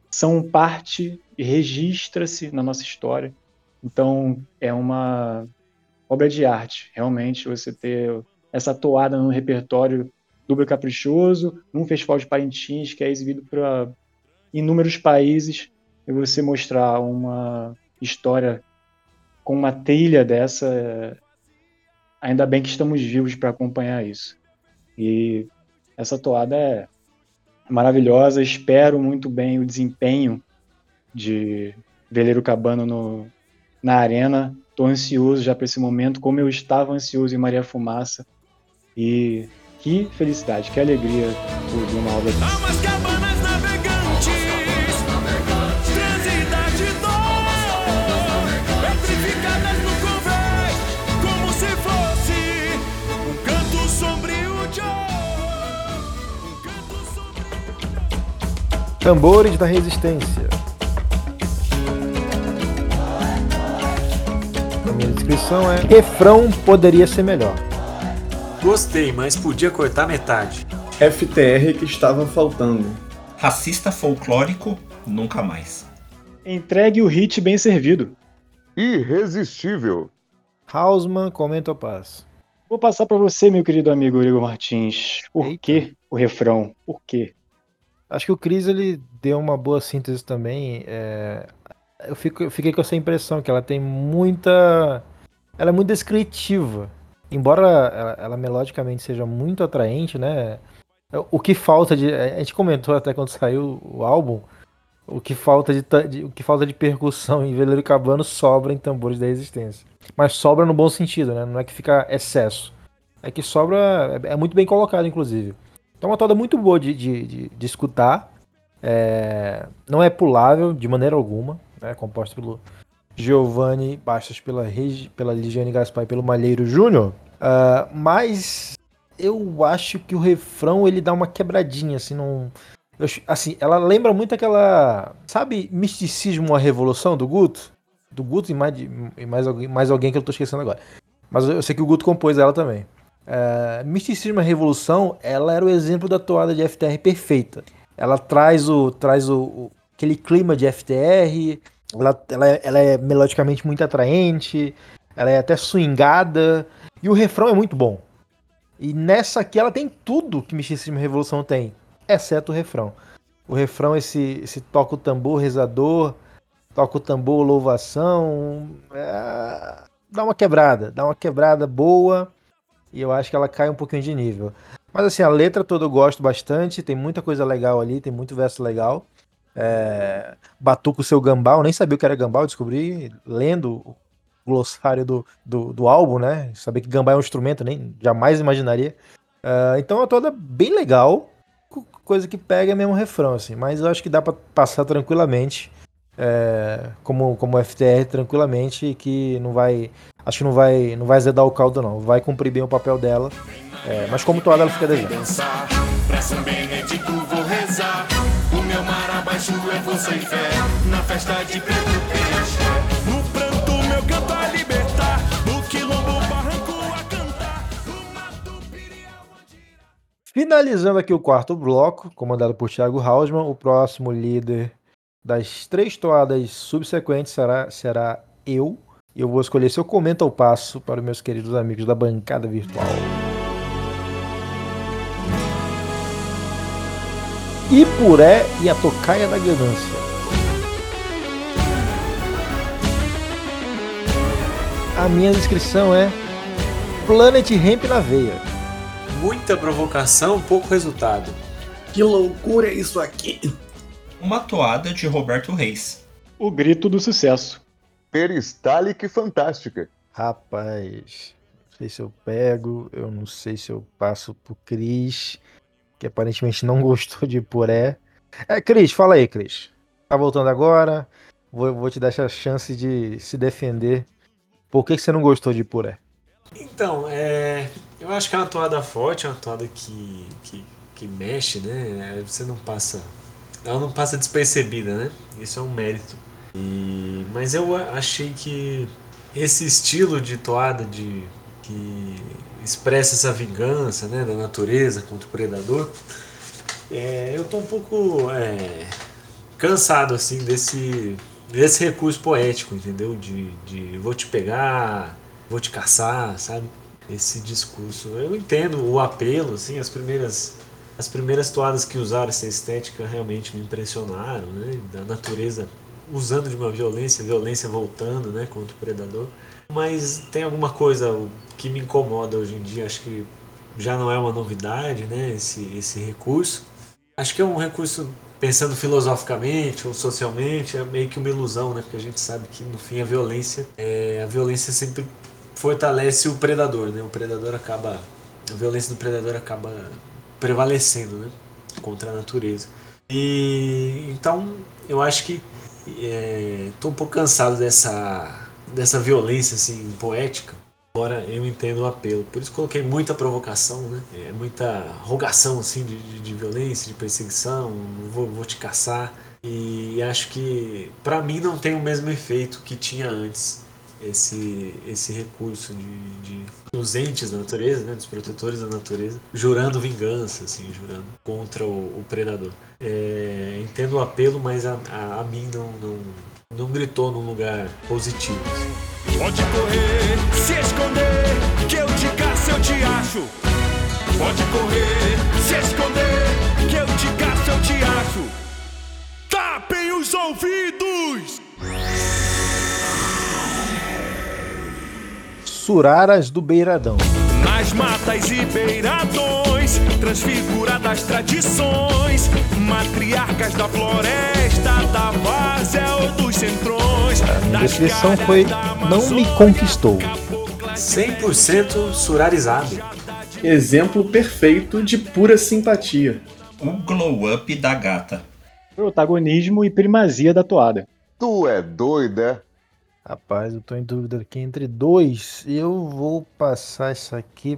são parte e registra-se na nossa história. Então, é uma obra de arte, realmente, você ter essa toada no repertório Dubra Caprichoso, num festival de Parintins, que é exibido para inúmeros países, e você mostrar uma história com uma trilha dessa, ainda bem que estamos vivos para acompanhar isso. E essa toada é maravilhosa, espero muito bem o desempenho de Veleiro Cabano na arena. Estou ansioso já para esse momento, como eu estava ansioso em Maria Fumaça. E que felicidade, que alegria ouvir uma obra dessa. Almas cabanas navegantes, transida de dor, petrificadas no convés, como se fosse um canto sombrio de um canto sombrio. Tambores da Resistência. A minha descrição é: refrão poderia ser melhor. Gostei, mas podia cortar metade. FTR que estava faltando. Racista folclórico, nunca mais. Entregue o hit bem servido. Irresistível. Hausmann, comenta ou passa? Vou passar para você, meu querido amigo Igor Martins. Por Eita. que o refrão? Por quê? Acho que o Chris ele deu uma boa síntese também. Eu fiquei com essa impressão que ela tem muita. Ela é muito descritiva. Embora ela melodicamente seja muito atraente, né? O que falta de. A gente comentou até quando saiu o álbum. O que falta de percussão em Veleiro Cabano sobra em Tambores da Resistência. Mas sobra no bom sentido, né? Não é que fica excesso. É que sobra. É muito bem colocado, inclusive. Então é uma toada muito boa de escutar. Não é pulável de maneira alguma. Né? Composta pelo Giovanni Bastos, pela Ligiane Gaspar e pelo Malheiro Júnior. Mas eu acho que o refrão ele dá uma quebradinha, assim, assim, ela lembra muito aquela, sabe, Misticismo, a Revolução do Guto? Do Guto e mais alguém que eu tô esquecendo agora. Mas eu sei que o Guto compôs ela também. Misticismo, a Revolução, ela era o exemplo da toada de FTR perfeita. Ela traz aquele clima de FTR, ela é melodicamente muito atraente, ela é até swingada, e o refrão é muito bom. E nessa aqui ela tem tudo que Misticismo e Revolução tem, exceto o refrão. O refrão, esse toca o tambor rezador, toca o tambor louvação, dá uma quebrada boa, e eu acho que ela cai um pouquinho de nível. Mas assim, a letra toda eu gosto bastante, tem muita coisa legal ali, tem muito verso legal. Batuca o seu gambá, eu nem sabia o que era gambá, eu descobri lendo o glossário do álbum, né? Saber que gambá é um instrumento, nem jamais imaginaria. Então é toda bem legal, coisa que pega é mesmo o refrão, assim, mas eu acho que dá pra passar tranquilamente, como FTR tranquilamente, que não vai, acho que não vai azedar o caldo não, vai cumprir bem o papel dela, mas como toada ela fica devendo. Pra São Benedito vou rezar. O meu mar abaixo é força e fé. Na festa de preto peixe. No pranto meu canto a libertar. No quilombo barranco a cantar. No mato piriau a tirar. Finalizando aqui o quarto bloco, comandado por Thiago Hausmann, o próximo líder das 3 toadas subsequentes será eu. E eu vou escolher se eu comento ou passo para os meus queridos amigos da bancada virtual. Ipuré e a Tocaia da Ganância. A minha descrição é Planet Hemp na veia. Muita provocação, pouco resultado. Que loucura é isso aqui! Uma toada de Roberto Reis. O grito do sucesso. Peristálica e fantástica. Rapaz, não sei se eu pego, eu não sei se eu passo pro Cris, que aparentemente não gostou de Ipuré. Cris, fala aí, Cris. Tá voltando agora, vou te dar essa chance de se defender. Por que você não gostou de Ipuré? Então, eu acho que é uma toada forte, é uma toada que mexe, né? Ela não passa despercebida, né? Isso é um mérito. Mas eu achei que esse estilo de toada que expressa essa vingança, né, da natureza contra o predador, eu tô um pouco cansado, assim, desse recurso poético, entendeu? De vou te pegar, vou te caçar, sabe? Esse discurso. Eu entendo o apelo, assim, as primeiras toadas que usaram essa estética realmente me impressionaram, né? Da natureza usando de uma violência voltando, né, contra o predador. Mas tem alguma coisa que me incomoda hoje em dia, acho que já não é uma novidade, né, esse recurso. Acho que é um recurso, pensando filosoficamente ou socialmente, é meio que uma ilusão, né, porque a gente sabe que no fim a violência sempre fortalece o predador, né, a violência do predador acaba prevalecendo, né, contra a natureza. E então eu acho que estou um pouco cansado dessa violência assim poética, embora eu entenda o apelo. Por isso coloquei muita provocação, né? Muita rogação assim de violência, de perseguição, vou te caçar. E acho que para mim não tem o mesmo efeito que tinha antes esse recurso dos entes da natureza, né, dos protetores da natureza, jurando vingança, assim, jurando contra o predador. Entendo o apelo, mas a mim não gritou num lugar positivo. Assim. Pode correr, se esconder, que eu te caço, eu te acho. Pode correr, se esconder, que eu te caço, eu te acho. Tapem os ouvidos! Suraras do Beiradão. Nas matas e beiradões, transfiguradas tradições, matriarcas da floresta, da várzea ou dos centrões. A descrição foi Não Me Conquistou. 100% surarizado. Exemplo perfeito de pura simpatia. O glow up da gata. Protagonismo e primazia da toada. Tu é doido, é? Rapaz, eu tô em dúvida aqui entre dois. Eu vou passar isso aqui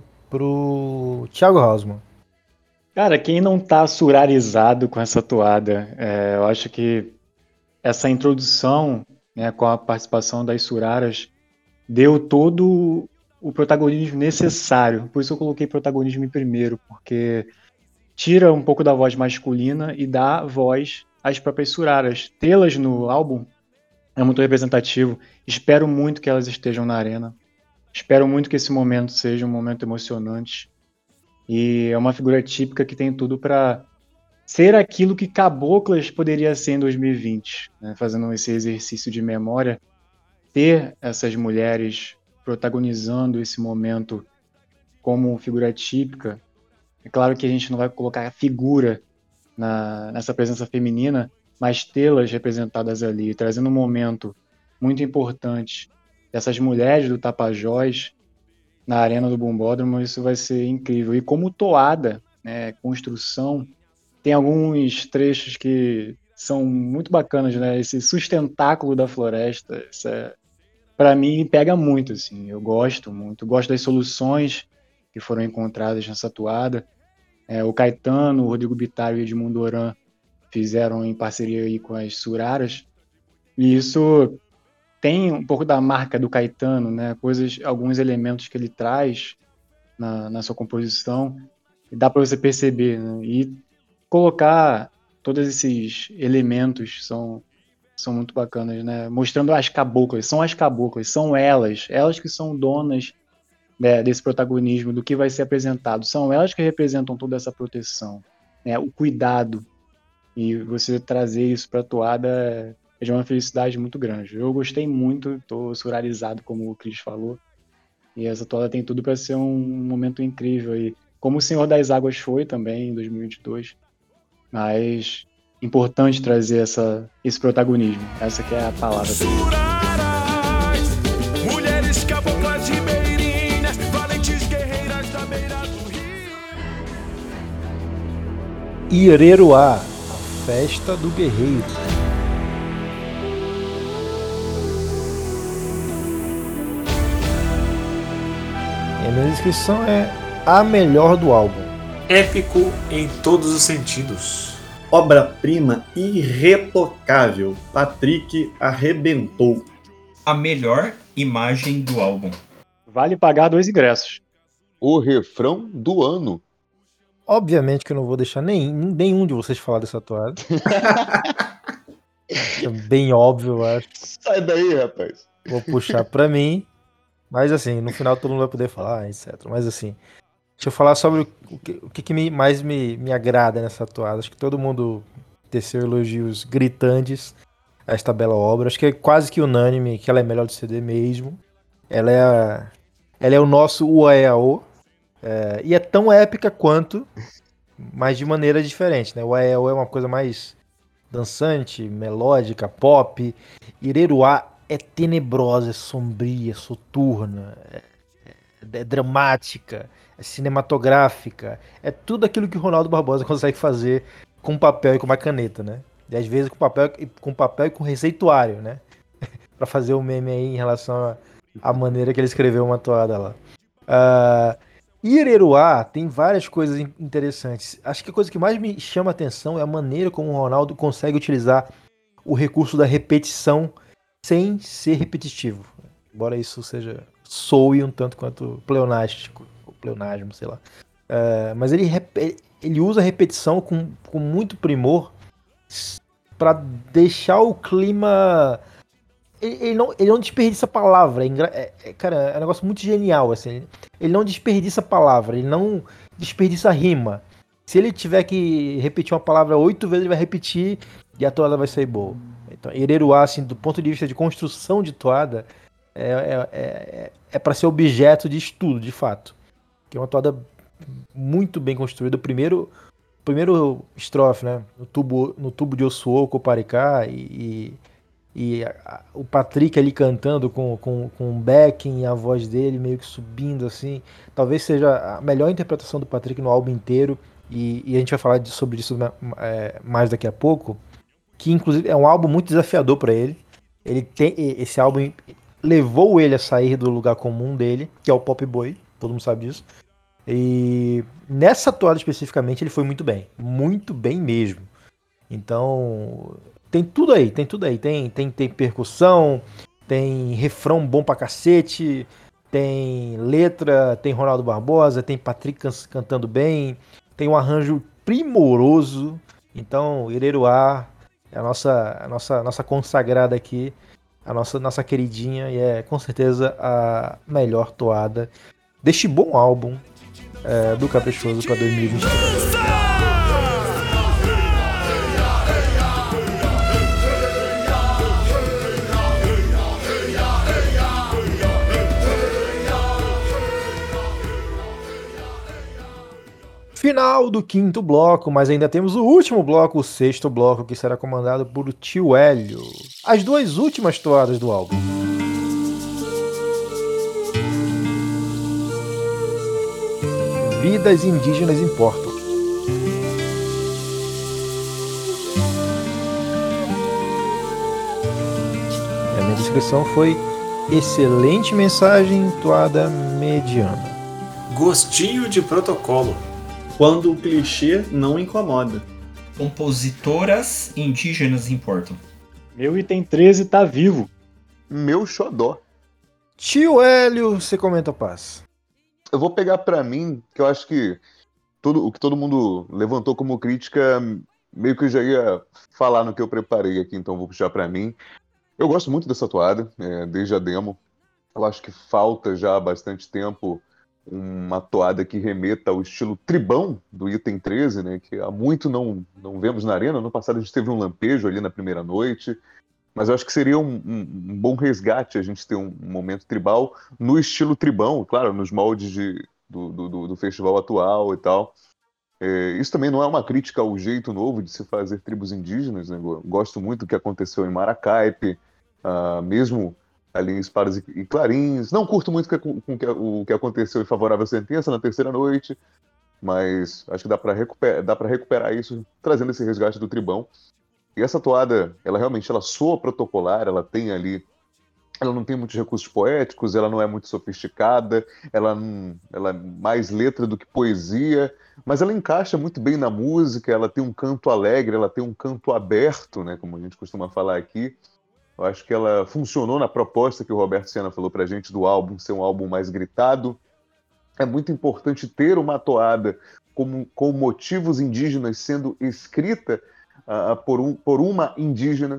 pro Thiago Hausmann. Cara, quem não tá surarizado com essa toada? Eu acho que essa introdução, né, com a participação das suraras, deu todo o protagonismo necessário. Por isso eu coloquei protagonismo em primeiro, porque tira um pouco da voz masculina e dá voz às próprias suraras. Tê-las no álbum é muito representativo. Espero muito que elas estejam na arena. Espero muito que esse momento seja um momento emocionante. E é uma figura típica que tem tudo para ser aquilo que Caboclas poderia ser em 2020, né? Fazendo esse exercício de memória, ter essas mulheres protagonizando esse momento como figura típica. É claro que a gente não vai colocar a figura nessa presença feminina, mas tê-las representadas ali, trazendo um momento muito importante dessas mulheres do Tapajós na arena do Bombódromo, isso vai ser incrível. E como toada, né, construção, tem alguns trechos que são muito bacanas, né? Esse sustentáculo da floresta, para mim pega muito, assim. Eu gosto muito, gosto das soluções que foram encontradas nessa toada. O Caetano, o Rodrigo Bittar e o Edmundo Oran fizeram em parceria aí com as suraras, e isso tem um pouco da marca do Caetano, né? Alguns elementos que ele traz na sua composição, e dá para você perceber, né? E colocar todos esses elementos são muito bacanas, né? Mostrando as caboclas, são elas que são donas, né, desse protagonismo, do que vai ser apresentado, são elas que representam toda essa proteção, né? O cuidado. E você trazer isso para a toada é de uma felicidade muito grande. Eu gostei muito, estou surarizado, como o Cris falou. E essa toada tem tudo para ser um momento incrível. E como o Senhor das Águas foi também em 2022. Mas importante trazer esse protagonismo. Essa que é a palavra dele. Mulheres caboclas ribeirinhas, valentes guerreiras da beira do rio. Ireruá, Festa do Guerreiro. E a minha descrição é a melhor do álbum. Épico em todos os sentidos. Obra-prima irretocável. Patrick arrebentou. A melhor imagem do álbum. Vale pagar 2 ingressos. O refrão do ano. Obviamente que eu não vou deixar nenhum de vocês falar dessa toada. que é bem óbvio, eu acho. Sai daí, rapaz. Vou puxar pra mim. Mas assim, no final todo mundo vai poder falar, etc. Mas assim, deixa eu falar sobre o que mais me agrada nessa toada. Acho que todo mundo teceu elogios gritantes a esta bela obra. Acho que é quase que unânime que ela é melhor do CD mesmo. Ela é o nosso Uaeaô. E é tão épica quanto, mas de maneira diferente, né? O Uaeaô é uma coisa mais dançante, melódica, pop. Ireruá é tenebrosa, é sombria, soturna, é dramática, é cinematográfica. É tudo aquilo que o Ronaldo Barbosa consegue fazer com papel e com uma caneta, né? E às vezes com papel e com receituário, né? Pra fazer o meme aí em relação à maneira que ele escreveu uma toada lá. Uh, Ireruá tem várias coisas interessantes. Acho que a coisa que mais me chama a atenção é a maneira como o Ronaldo consegue utilizar o recurso da repetição sem ser repetitivo. Embora isso soe um tanto quanto pleonástico, ou pleonasmo, sei lá. Mas ele usa a repetição com muito primor para deixar o clima. Ele não desperdiça palavra. Cara, é um negócio muito genial. Assim. Ele não desperdiça palavra, ele não desperdiça rima. Se ele tiver que repetir uma palavra 8 vezes, ele vai repetir e a toada vai sair boa. Então, Ireruá, assim, do ponto de vista de construção de toada, é para ser objeto de estudo, de fato. Que é uma toada muito bem construída. O primeiro estrofe, né? No tubo de Ossuô, Coparicá, o Patrick ali cantando com o backing e a voz dele meio que subindo assim. Talvez seja a melhor interpretação do Patrick no álbum inteiro. E a gente vai falar sobre isso mais daqui a pouco. Que inclusive é um álbum muito desafiador para ele. Esse álbum levou ele a sair do lugar comum dele, que é o pop boy, todo mundo sabe disso. E nessa toada especificamente ele foi muito bem mesmo. Então tem tudo aí. Tem percussão, tem refrão bom pra cacete, tem letra, tem Ronaldo Barbosa, tem Patrick cantando bem, tem um arranjo primoroso. Então Ireruá é a nossa consagrada aqui, a nossa queridinha, e é com certeza a melhor toada deste bom álbum do Caprichoso para 2023. Final do quinto bloco, mas ainda temos o último bloco, o sexto bloco, que será comandado por Tio Hélio. As duas últimas toadas do álbum. Vidas indígenas importam. A minha descrição foi excelente mensagem, toada mediana. Gostinho de protocolo. Quando o clichê não incomoda. Compositoras indígenas importam. Meu item 13 tá vivo. Meu xodó. Tio Hélio, você comenta, paz. Eu vou pegar pra mim, que eu acho que o que todo mundo levantou como crítica, meio que eu já ia falar no que eu preparei aqui, então vou puxar pra mim. Eu gosto muito dessa toada, desde a demo. Eu acho que falta já há bastante tempo uma toada que remeta ao estilo tribão do item 13, né, que há muito não vemos na arena. No passado a gente teve um lampejo ali na primeira noite, mas eu acho que seria um bom resgate a gente ter um momento tribal no estilo tribão, claro, nos moldes do festival atual e tal. Isso também não é uma crítica ao jeito novo de se fazer tribos indígenas, né? Eu gosto muito do que aconteceu em Maracaipe, mesmo ali em Espadas e Clarins. Não curto muito o que aconteceu em Favorável Sentença na terceira noite, mas acho que dá para recuperar isso trazendo esse resgate do tribão. E essa toada, ela realmente soa protocolar, ela não tem muitos recursos poéticos, ela não é muito sofisticada, ela é mais letra do que poesia, mas ela encaixa muito bem na música, ela tem um canto alegre, ela tem um canto aberto, né, como a gente costuma falar aqui. Eu acho que ela funcionou na proposta que o Roberto Senna falou pra gente do álbum ser um álbum mais gritado. É muito importante ter uma toada com motivos indígenas sendo escrita por uma indígena.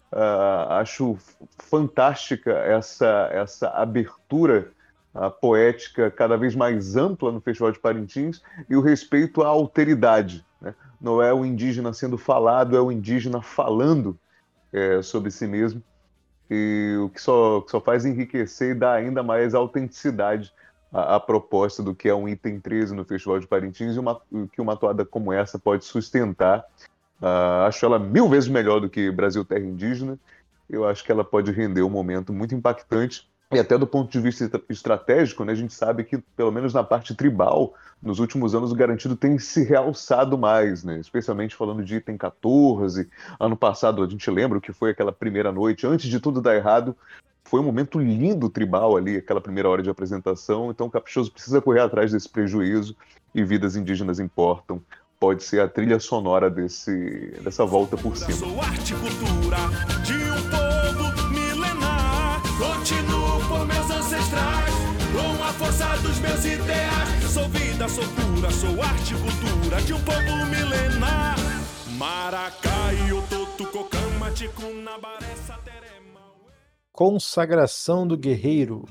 Acho fantástica essa abertura poética cada vez mais ampla no Festival de Parintins e o respeito à alteridade, né? Não é o indígena sendo falado, é o indígena falando sobre si mesmo, e o que só faz enriquecer e dar ainda mais autenticidade à proposta do que é um item 13 no Festival de Parintins e que uma toada como essa pode sustentar. Acho ela 1000 vezes melhor do que Brasil Terra Indígena. Eu acho que ela pode render um momento muito impactante. E até do ponto de vista estratégico, né, a gente sabe que, pelo menos na parte tribal, nos últimos anos o Garantido tem se realçado mais, né? Especialmente falando de item 14. Ano passado, a gente lembra o que foi aquela primeira noite, antes de tudo dar errado. Foi um momento lindo tribal ali, aquela primeira hora de apresentação. Então o Caprichoso precisa correr atrás desse prejuízo e vidas indígenas importam. Pode ser a trilha sonora dessa volta por cima. Sou arte e cultura de um povo milenar. Continuo por meus ancestrais, com a força dos meus ideais. Sou vida, sou cura, sou arte e cultura de um povo milenar. Maracai, Ototo, Cocama, Ticuna, Baré, Saterema. Consagração do Guerreiro.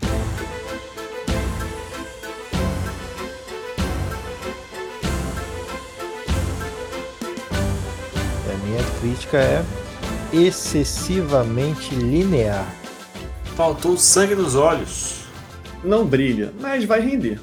A minha crítica é excessivamente linear. Faltou sangue nos olhos. Não brilha, mas vai render.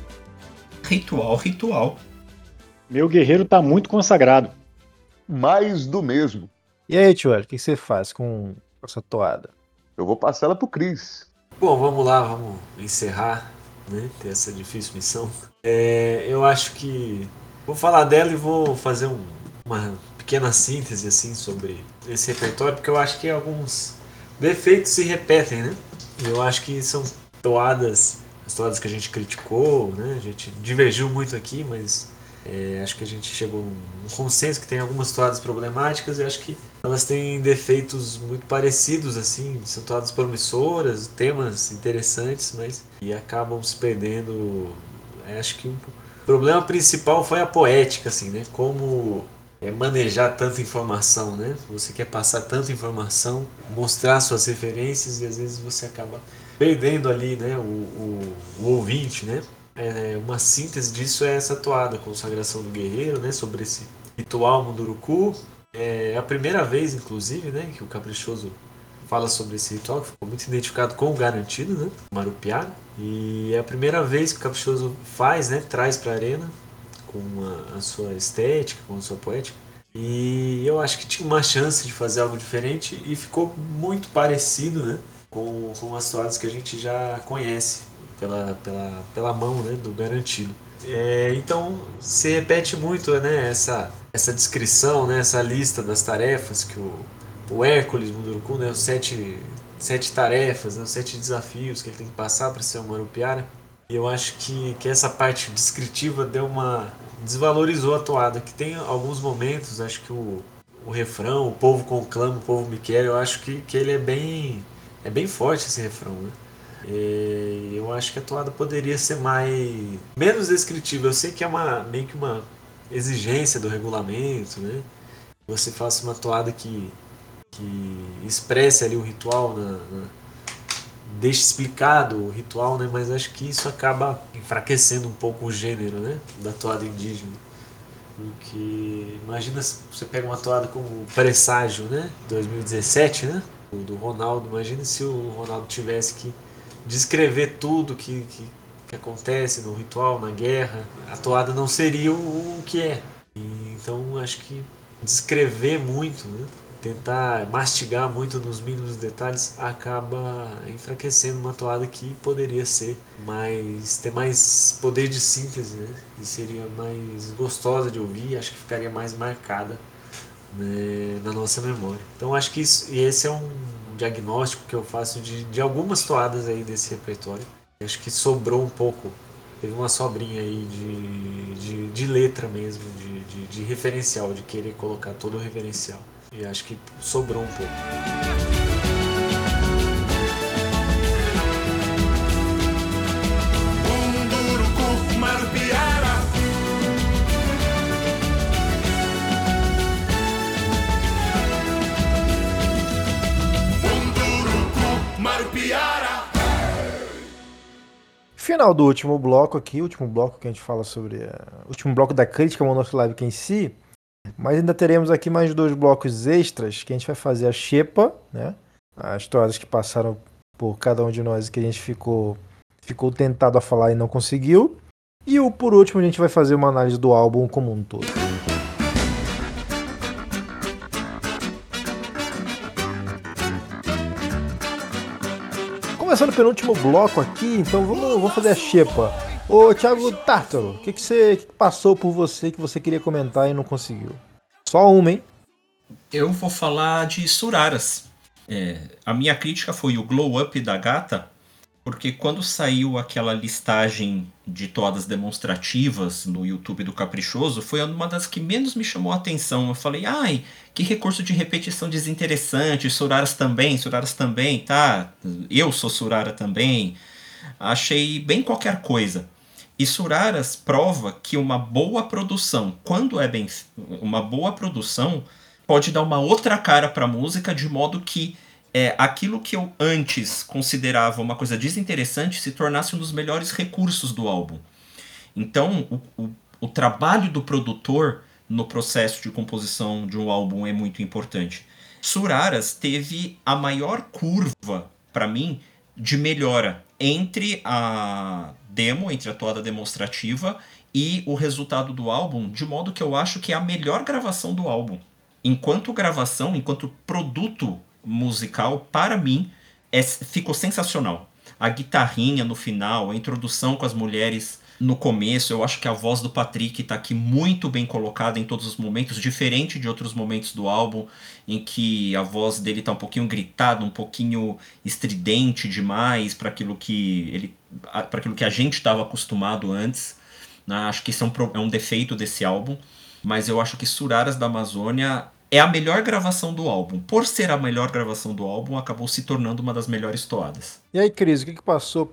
Ritual. Meu guerreiro tá muito consagrado. Mais do mesmo. E aí, tio, o que você faz com essa toada? Eu vou passar ela pro Cris. Bom, vamos lá, vamos encerrar, né? Ter essa difícil missão. Eu acho que vou falar dela e vou fazer uma pequena síntese assim sobre esse repertório, porque eu acho que alguns defeitos se repetem, né? E eu acho que são toadas, as toadas que a gente criticou, né? A gente divergiu muito aqui, mas acho que a gente chegou a um consenso que tem algumas toadas problemáticas e acho que elas têm defeitos muito parecidos, assim, são toadas promissoras, temas interessantes, mas e acabam se perdendo. Acho que o problema principal foi a poética, assim, né? Como manejar tanta informação, né? Você quer passar tanta informação, mostrar suas referências e às vezes você acaba perdendo ali, né? O ouvinte, né? Uma síntese disso é essa toada, Consagração do Guerreiro, né? Sobre esse ritual Munduruku. É a primeira vez, inclusive, né? Que o Caprichoso fala sobre esse ritual, que ficou muito identificado com o Garantido, né? Marupiara. E é a primeira vez que o Caprichoso faz, né? Traz para a arena com a sua estética, com a sua poética. E eu acho que tinha uma chance de fazer algo diferente e ficou muito parecido, né? Com as toadas que a gente já conhece pela mão, né? Do Garantido. Então se repete muito, né? Essa descrição, né? Essa lista das tarefas que o Hércules Munduruku, né? Os sete tarefas, né? Os 7 desafios que ele tem que passar para ser um Marupiara. E eu acho que essa parte descritiva desvalorizou a toada, que tem alguns momentos, acho que o refrão, o povo conclama, o povo me quer, eu acho que ele é bem forte esse refrão, né? Eu acho que a toada poderia ser menos descritiva. Eu sei que é meio que uma exigência do regulamento, né? Você faça uma toada que expresse ali o ritual, deixe explicado o ritual, né? Mas acho que isso acaba enfraquecendo um pouco o gênero, né? Da toada indígena. Porque imagina se você pega uma toada como o Presságio, né? 2017, né? Do Ronaldo. Imagina se o Ronaldo tivesse que descrever tudo que acontece no ritual, na guerra. A toada não seria o que é. Então acho que descrever muito, né? Tentar mastigar muito nos mínimos detalhes acaba enfraquecendo uma toada que poderia ter mais poder de síntese, né? E seria mais gostosa de ouvir, acho que ficaria mais marcada, né, na nossa memória. Então acho que esse é um diagnóstico que eu faço de algumas toadas aí desse repertório. Acho que sobrou um pouco, teve uma sobrinha aí de letra mesmo, de referencial, de querer colocar todo o referencial. E acho que sobrou um pouco. Munduruku, Marupiara. Guarupiara. Final do último bloco aqui, último bloco que a gente fala sobre o último bloco da crítica monossilábica em si, mas ainda teremos aqui mais 2 blocos extras que a gente vai fazer a xepa, né? As toadas que passaram por cada um de nós e que a gente ficou tentado a falar e não conseguiu. E por último a gente vai fazer uma análise do álbum como um todo. Começando o penúltimo bloco aqui, então vamos fazer a xepa. Ô Thiago Tártaro, o que passou por você que você queria comentar e não conseguiu? Só uma, hein? Eu vou falar de Suraras. A minha crítica foi o Glow Up da Gata, porque quando saiu aquela listagem de toadas demonstrativas no YouTube do Caprichoso, foi uma das que menos me chamou a atenção. Eu falei, ai, que recurso de repetição desinteressante, Suraras também, tá? Eu sou Surara também. Achei bem qualquer coisa. E Suraras prova que uma boa produção, quando é bem uma boa produção, pode dar uma outra cara para a música, de modo que aquilo que eu antes considerava uma coisa desinteressante se tornasse um dos melhores recursos do álbum. Então, o trabalho do produtor no processo de composição de um álbum é muito importante. Suraras teve a maior curva, para mim, de melhora entre a demo, entre a toada demonstrativa e o resultado do álbum, de modo que eu acho que é a melhor gravação do álbum. Enquanto gravação, enquanto produto musical, para mim, ficou sensacional. A guitarrinha no final, a introdução com as mulheres no começo, eu acho que a voz do Patrick está aqui muito bem colocada em todos os momentos, diferente de outros momentos do álbum, em que a voz dele está um pouquinho gritada, um pouquinho estridente demais para aquilo que a gente estava acostumado antes. Né? Acho que isso é um defeito desse álbum, mas eu acho que Suraras da Amazônia é a melhor gravação do álbum. Por ser a melhor gravação do álbum, acabou se tornando uma das melhores toadas. E aí, Cris, o que passou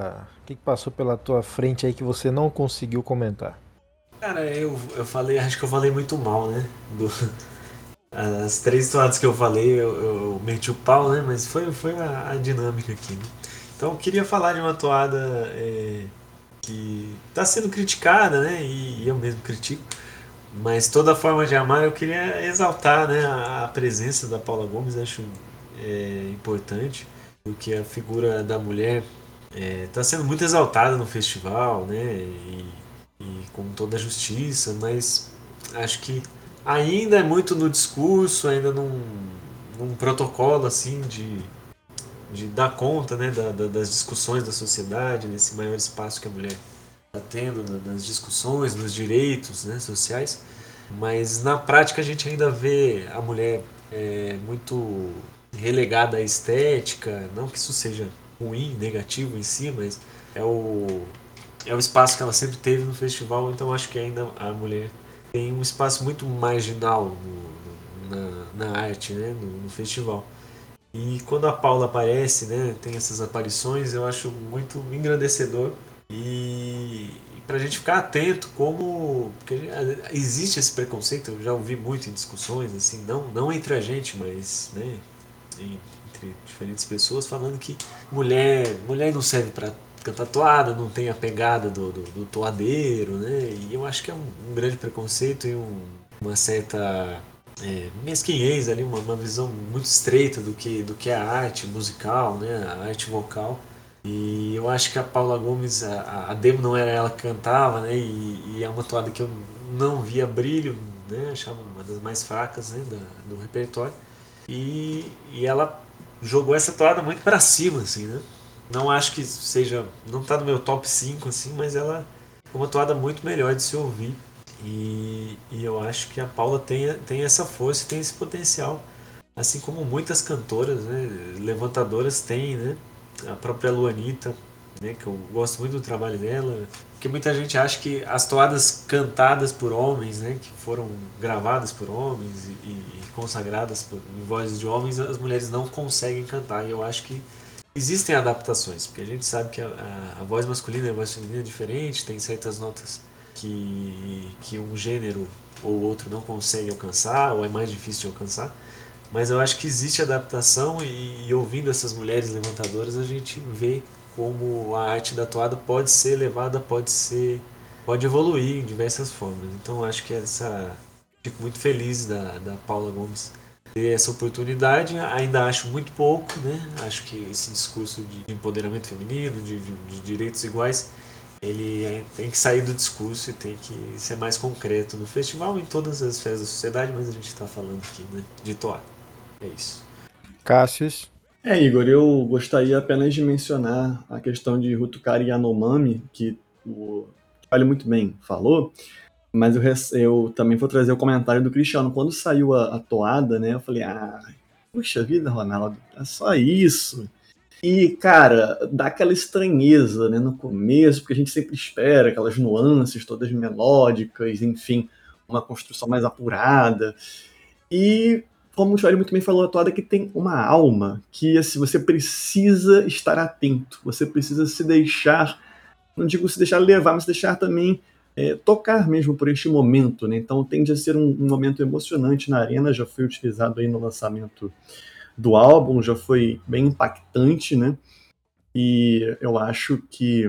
pela tua frente aí que você não conseguiu comentar? Cara, eu falei, acho que eu falei muito mal, né? As 3 toadas que eu falei, eu meti o pau, né? Mas foi a dinâmica aqui, né? Então eu queria falar de uma toada que está sendo criticada, né? E eu mesmo critico. Mas toda forma de amar, eu queria exaltar, né, a presença da Paula Gomes. Acho importante, porque a figura da mulher está sendo muito exaltada no festival, né, e com toda a justiça, mas acho que ainda é muito no discurso, ainda num protocolo assim de dar conta, né, das discussões da sociedade, nesse maior espaço que a mulher está tendo nas discussões, nos direitos, né, sociais, mas na prática a gente ainda vê a mulher muito relegada à estética, não que isso seja ruim, negativo em si, mas é o espaço que ela sempre teve no festival, então acho que ainda a mulher tem um espaço muito marginal na arte, né, no festival. E quando a Paula aparece, né, tem essas aparições, eu acho muito engrandecedor. E pra gente ficar atento porque existe esse preconceito, eu já ouvi muito em discussões, assim, não entre a gente, mas, né, entre diferentes pessoas, falando que mulher não serve para cantar toada, não tem a pegada do toadeiro, né, e eu acho que é um grande preconceito e uma certa mesquinhez ali, uma visão muito estreita do que é a arte musical, né, a arte vocal. E eu acho que a Paula Gomes, a demo não era ela que cantava, né? E é uma toada que eu não via brilho, né? Achava uma das mais fracas, né, do repertório. E ela jogou essa toada muito pra cima, assim, né? Não acho que seja, não tá no meu top 5, assim, mas ela é uma toada muito melhor de se ouvir. E eu acho que a Paula tem essa força, tem esse potencial, assim como muitas cantoras, né, levantadoras têm, né? A própria Luanita, né, que eu gosto muito do trabalho dela, porque muita gente acha que as toadas cantadas por homens, né, que foram gravadas por homens e consagradas em vozes de homens, as mulheres não conseguem cantar, e eu acho que existem adaptações, porque a gente sabe que a voz masculina e a voz feminina é diferente, tem certas notas que um gênero ou outro não consegue alcançar, ou é mais difícil de alcançar, Mas eu acho que existe adaptação e ouvindo essas mulheres levantadoras a gente vê como a arte da toada pode ser levada, pode evoluir em diversas formas. Então acho que fico muito feliz da Paula Gomes ter essa oportunidade. Ainda acho muito pouco, né? Acho que esse discurso de empoderamento feminino, de direitos iguais, tem que sair do discurso e tem que ser mais concreto no festival e em todas as esferas da sociedade, mas a gente está falando aqui, né, de toada. É isso. Cassius. Igor, eu gostaria apenas de mencionar a questão de Rutukari Yanomami, que o Vale muito bem falou, mas eu também vou trazer o comentário do Cristiano. Quando saiu a toada, né, eu falei, puxa vida, Ronaldo, é só isso. E, cara, dá aquela estranheza, né, no começo, porque a gente sempre espera aquelas nuances todas melódicas, enfim, uma construção mais apurada. E, como o Joel muito bem falou, a toada que tem uma alma que, assim, você precisa estar atento, você precisa se deixar, não digo se deixar levar, mas se deixar também tocar mesmo por este momento, né? Então tende a ser um momento emocionante na arena, já foi utilizado aí no lançamento do álbum, já foi bem impactante, né? E eu acho que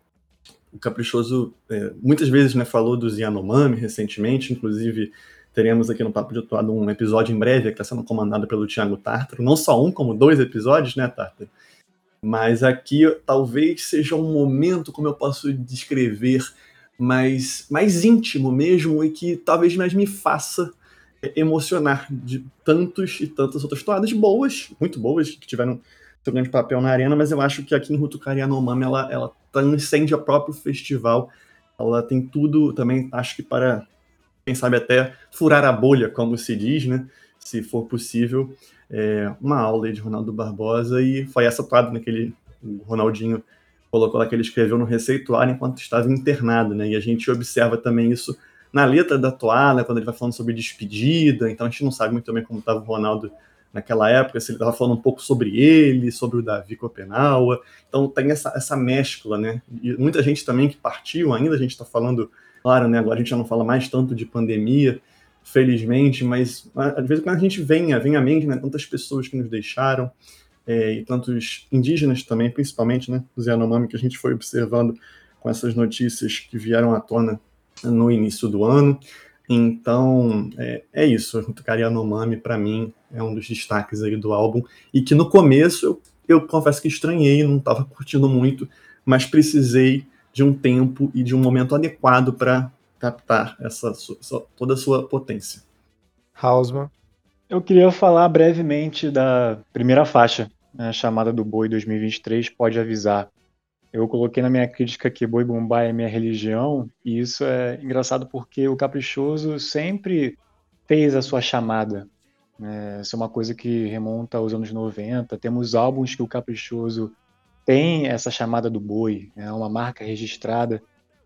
o Caprichoso muitas vezes, né, falou dos Yanomami recentemente, inclusive teremos aqui no Papo de Toada um episódio em breve que está sendo comandado pelo Thiago Tártaro, não só um, como 2 episódios, né, Tártaro? Mas aqui talvez seja um momento, como eu posso descrever, mais íntimo mesmo e que talvez mais me faça emocionar de tantos e tantas outras toadas boas, muito boas, que tiveram seu grande papel na arena, mas eu acho que aqui em Rutukari Yanomami ela transcende o próprio festival, ela tem tudo também, acho que para, quem sabe até furar a bolha, como se diz, né, se for possível, uma aula aí de Ronaldo Barbosa, e foi essa toada, né, o Ronaldinho colocou lá que ele escreveu no receituário enquanto estava internado, né, e a gente observa também isso na letra da toada, quando ele vai falando sobre despedida, então a gente não sabe muito bem como estava o Ronaldo naquela época, se ele estava falando um pouco sobre ele, sobre o Davi Copenaua, então tem essa mescla, né, e muita gente também que partiu ainda, a gente está falando, claro, né, agora a gente já não fala mais tanto de pandemia, felizmente, mas às vezes quando a gente vem à mente, né, tantas pessoas que nos deixaram, e tantos indígenas também, principalmente, né, os Yanomami, que a gente foi observando com essas notícias que vieram à tona no início do ano. Então, é isso. Rutukari Yanomami, para mim, é um dos destaques aí do álbum, e que no começo eu confesso que estranhei, não estava curtindo muito, mas precisei de um tempo e de um momento adequado para captar toda a sua potência. Hausmann. Eu queria falar brevemente da primeira faixa, né, Chamada do Boi 2023, Pode Avisar. Eu coloquei na minha crítica que Boi Bumbá é minha religião, e isso é engraçado porque o Caprichoso sempre fez a sua chamada. Isso é uma coisa que remonta aos anos 90. Temos álbuns que o Caprichoso tem essa chamada do boi, é uma marca registrada,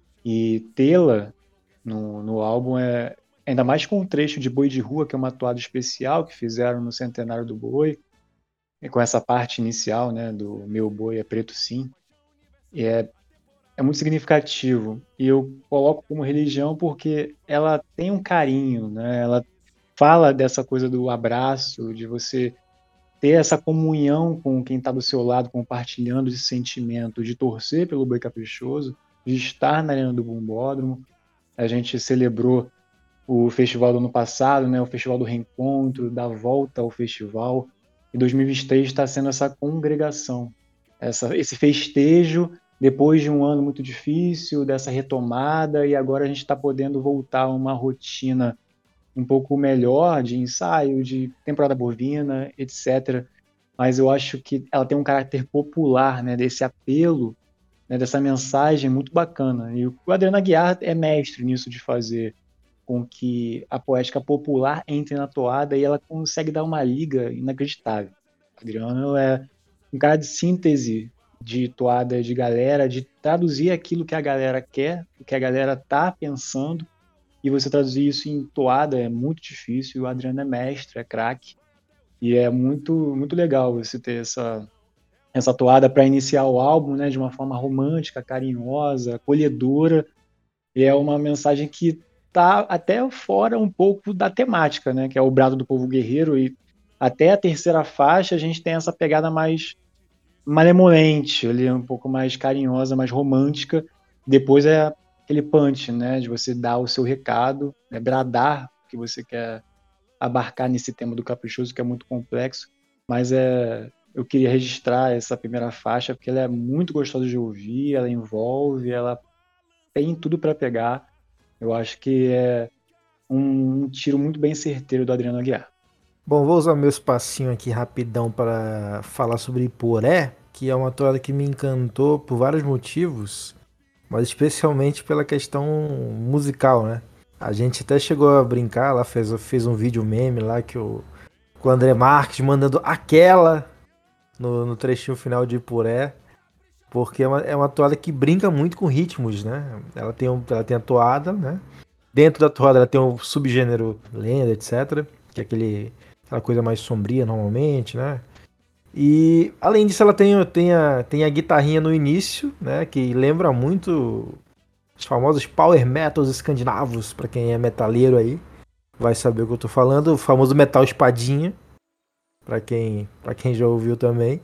e tê-la no álbum ainda mais com um trecho de Boi de Rua, que é uma toada especial que fizeram no Centenário do Boi, e com essa parte inicial, né, do Meu Boi é Preto Sim, e é muito significativo. E eu coloco como religião porque ela tem um carinho, né? Ela fala dessa coisa do abraço, de você ter essa comunhão com quem está do seu lado, compartilhando esse sentimento de torcer pelo Boi Caprichoso, de estar na Arena do Bumbódromo. A gente celebrou o festival do ano passado, né, o Festival do Reencontro, da volta ao festival, e 2023 está sendo essa congregação, esse festejo, depois de um ano muito difícil, dessa retomada, e agora a gente está podendo voltar a uma rotina um pouco melhor de ensaio, de temporada bovina, etc. Mas eu acho que ela tem um caráter popular, né, desse apelo, né, dessa mensagem muito bacana. E o Adriano Aguiar é mestre nisso, de fazer com que a poética popular entre na toada, e ela consegue dar uma liga inacreditável. O Adriano é um cara de síntese de toada de galera, de traduzir aquilo que a galera quer, o que a galera tá pensando, e você traduzir isso em toada é muito difícil. O Adriano é mestre, é craque, e é muito, muito legal você ter essa toada para iniciar o álbum, né, de uma forma romântica, carinhosa, acolhedora, e é uma mensagem que tá até fora um pouco da temática, né, que é o brado do povo guerreiro, e Até a terceira faixa a gente tem essa pegada mais malemolente, ali, um pouco mais carinhosa, mais romântica. Depois é aquele punch, né, de você dar o seu recado, bradar o que você quer abarcar nesse tema do Caprichoso, que é muito complexo, mas eu queria registrar essa primeira faixa porque ela é muito gostosa de ouvir, ela envolve, ela tem tudo para pegar. Eu acho que é um tiro muito bem certeiro do Adriano Aguiar. Bom, vou usar meu espacinho aqui rapidão para falar sobre Iporé, que é uma toada que me encantou por vários motivos, mas especialmente pela questão musical, né? A gente até chegou a brincar, lá fez um vídeo meme lá com o André Marques mandando aquela no trechinho final de Iporé, porque é uma toada que brinca muito com ritmos, né? Ela tem a toada, né? Dentro da toada ela tem o subgênero lenda, etc., que é aquela coisa mais sombria normalmente, né? E além disso ela tem a guitarrinha no início, né? Que lembra muito os famosos power metals escandinavos, para quem é metaleiro aí vai saber o que eu tô falando, o famoso metal espadinha, para quem já ouviu também.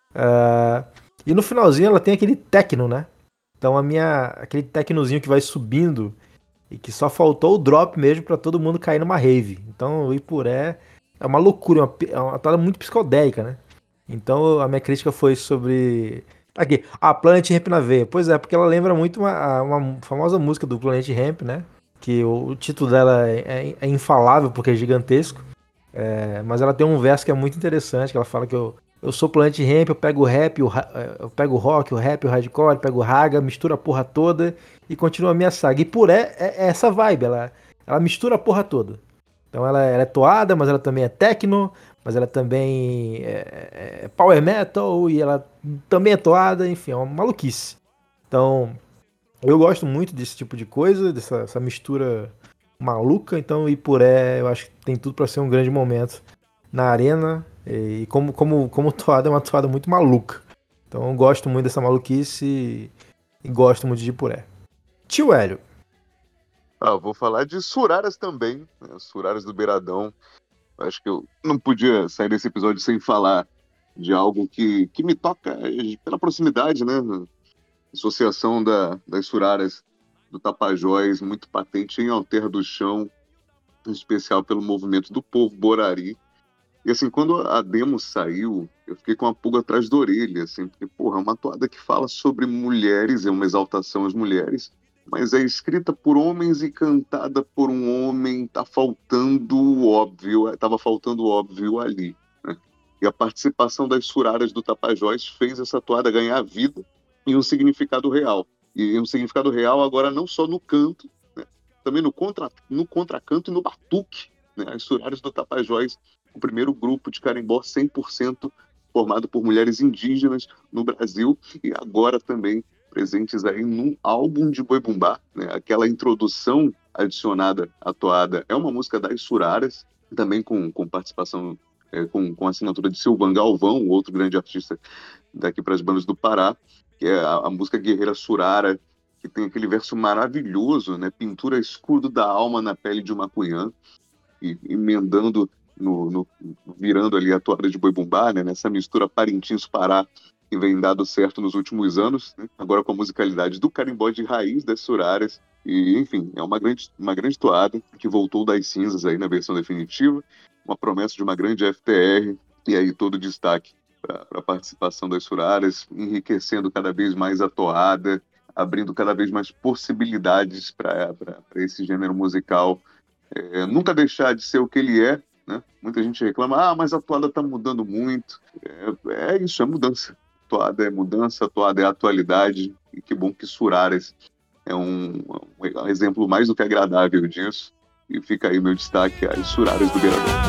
E no finalzinho ela tem aquele techno, né? Então aquele technozinho que vai subindo e que só faltou o drop mesmo para todo mundo cair numa rave. Então o Iporé é uma loucura, é uma toada muito psicodélica, né? Então a minha crítica foi sobre... Aqui, Planet Hemp na veia. Pois é, porque ela lembra muito uma famosa música do Planet Hemp, né? Que o título dela é infalável porque é gigantesco. Mas ela tem um verso que é muito interessante, que ela fala que eu sou Planet Hemp, eu pego o rap, eu pego o rock, o rap, o hardcore, pego o raga, mistura a porra toda e continua a minha saga. E Iporé é essa vibe, ela mistura a porra toda. Então ela é toada, mas ela também é techno, mas ela também é power metal e ela também é toada, enfim, é uma maluquice. Então eu gosto muito desse tipo de coisa, dessa mistura maluca. Então Iporé eu acho que tem tudo para ser um grande momento na arena. E como toada, é uma toada muito maluca. Então eu gosto muito dessa maluquice e gosto muito de Iporé. Tio Hélio. Vou falar de Suraras também, né? Suraras do Beiradão. Acho que eu não podia sair desse episódio sem falar de algo que me toca pela proximidade, né? Associação das Suraras do Tapajós, muito patente em Alter do Chão, em especial pelo movimento do povo Borari. E assim, quando a demo saiu, eu fiquei com a pulga atrás da orelha, assim, porque, porra, é uma toada que fala sobre mulheres, é uma exaltação às mulheres, mas é escrita por homens e cantada por um homem, tava faltando o óbvio ali, né? E a participação das Suraras do Tapajós fez essa toada ganhar vida e um significado real. E um significado real agora não só no canto, né? Também no contracanto e no batuque, né? As Suraras do Tapajós, o primeiro grupo de carimbó 100% formado por mulheres indígenas no Brasil e agora também presentes aí num álbum de Boi Bumbá, né? Aquela introdução adicionada à toada é uma música das Suraras, também com participação, com assinatura de Silvan Galvão, outro grande artista daqui para as bandas do Pará, que é a música Guerreira Surara, que tem aquele verso maravilhoso, né? Pintura escudo da alma na pele de uma cunhã, e emendando virando ali a toada de Boi Bumbá, né? Nessa mistura Parintins-Pará que vem dado certo nos últimos anos, né? Agora com a musicalidade do carimbó de raiz das Suraras, e enfim, é uma grande toada que voltou das cinzas aí na versão definitiva, uma promessa de uma grande FTR, e aí todo o destaque para a participação das Suraras, enriquecendo cada vez mais a toada, abrindo cada vez mais possibilidades para esse gênero musical nunca deixar de ser o que ele é, né? Muita gente reclama, mas a toada está mudando muito. Isso, é mudança. A toada é mudança, a toada é atualidade, e que bom que Suraras é um exemplo mais do que agradável disso. E fica aí meu destaque às Suraras do Beiradão.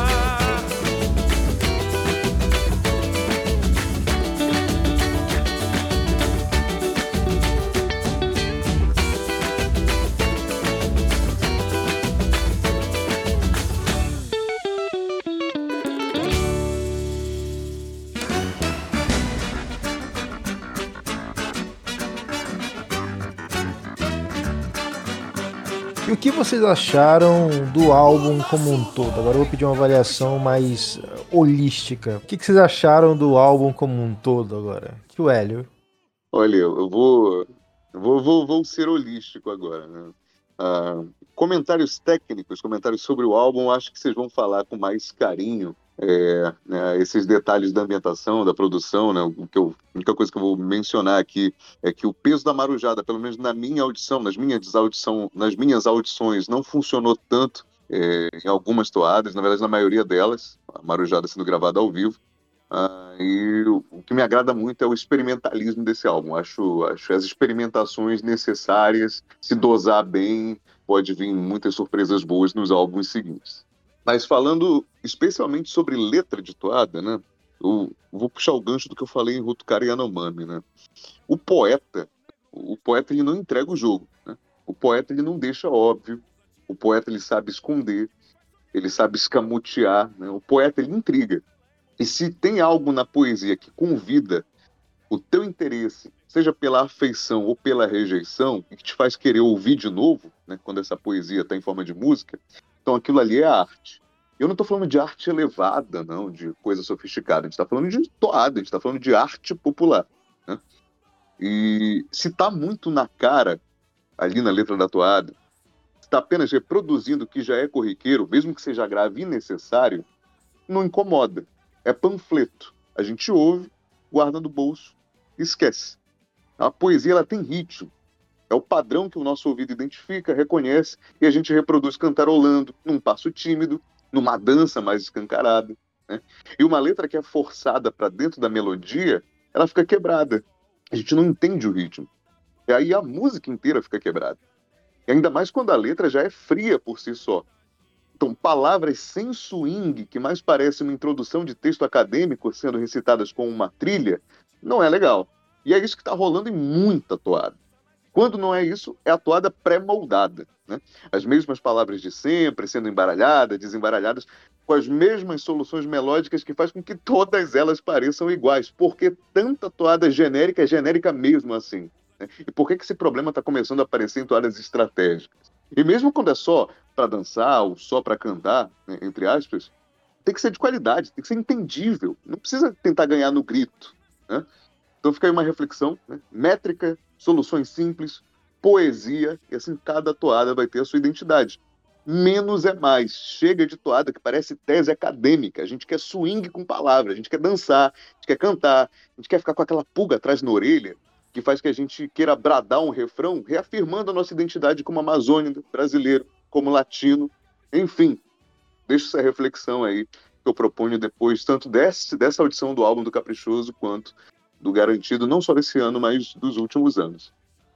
E o que vocês acharam do álbum como um todo? Agora eu vou pedir uma avaliação mais holística. O que vocês acharam do álbum como um todo agora? Que o Hélio. Olha, eu vou ser holístico agora, né? Comentários técnicos, comentários sobre o álbum, acho que vocês vão falar com mais carinho. Né, esses detalhes da ambientação, da produção, né, a única coisa que eu vou mencionar aqui é que o peso da marujada, pelo menos na minha audição, nas minhas audições, não funcionou tanto em algumas toadas, na verdade na maioria delas, a marujada sendo gravada ao vivo. E o que me agrada muito é o experimentalismo desse álbum. Acho as experimentações necessárias, se dosar bem, pode vir muitas surpresas boas nos álbuns seguintes. Mas falando especialmente sobre letra de toada, né? Eu vou puxar o gancho do que eu falei em Rutukara Yanomami, né? O poeta ele não entrega o jogo, né? O poeta ele não deixa óbvio. O poeta ele sabe esconder, ele sabe escamotear, né? O poeta ele intriga. E se tem algo na poesia que convida o teu interesse, seja pela afeição ou pela rejeição, e que te faz querer ouvir de novo, né? Quando essa poesia está em forma de música, então aquilo ali é arte. Eu não estou falando de arte elevada, não, de coisa sofisticada. A gente está falando de toada, a gente está falando de arte popular, né? E se está muito na cara, ali na letra da toada, se está apenas reproduzindo o que já é corriqueiro, mesmo que seja grave e necessário, não incomoda. É panfleto. A gente ouve, guarda no bolso e esquece. A poesia ela tem ritmo. É o padrão que o nosso ouvido identifica, reconhece, e a gente reproduz cantarolando, num passo tímido, numa dança mais escancarada, né? E uma letra que é forçada para dentro da melodia, ela fica quebrada. A gente não entende o ritmo. E aí a música inteira fica quebrada. E ainda mais quando a letra já é fria por si só. Então, palavras sem swing, que mais parece uma introdução de texto acadêmico sendo recitadas com uma trilha, não é legal. E é isso que está rolando em muita toada. Quando não é isso, é a toada pré-moldada, né? As mesmas palavras de sempre, sendo embaralhadas, desembaralhadas, com as mesmas soluções melódicas que faz com que todas elas pareçam iguais. Porque tanta toada genérica é genérica mesmo assim, né? E por que esse problema está começando a aparecer em toadas estratégicas? E mesmo quando é só para dançar ou só para cantar, né, entre aspas, tem que ser de qualidade, tem que ser entendível. Não precisa tentar ganhar no grito, né? Então fica aí uma reflexão, né? Métrica, soluções simples, poesia, e assim cada toada vai ter a sua identidade. Menos é mais. Chega de toada que parece tese acadêmica. A gente quer swing com palavras, a gente quer dançar, a gente quer cantar, a gente quer ficar com aquela pulga atrás na orelha que faz que a gente queira bradar um refrão, reafirmando a nossa identidade como amazônico, brasileiro, como latino. Enfim, deixo essa reflexão aí que eu proponho depois, tanto dessa audição do álbum do Caprichoso, quanto do Garantido, não só desse ano, mas dos últimos anos.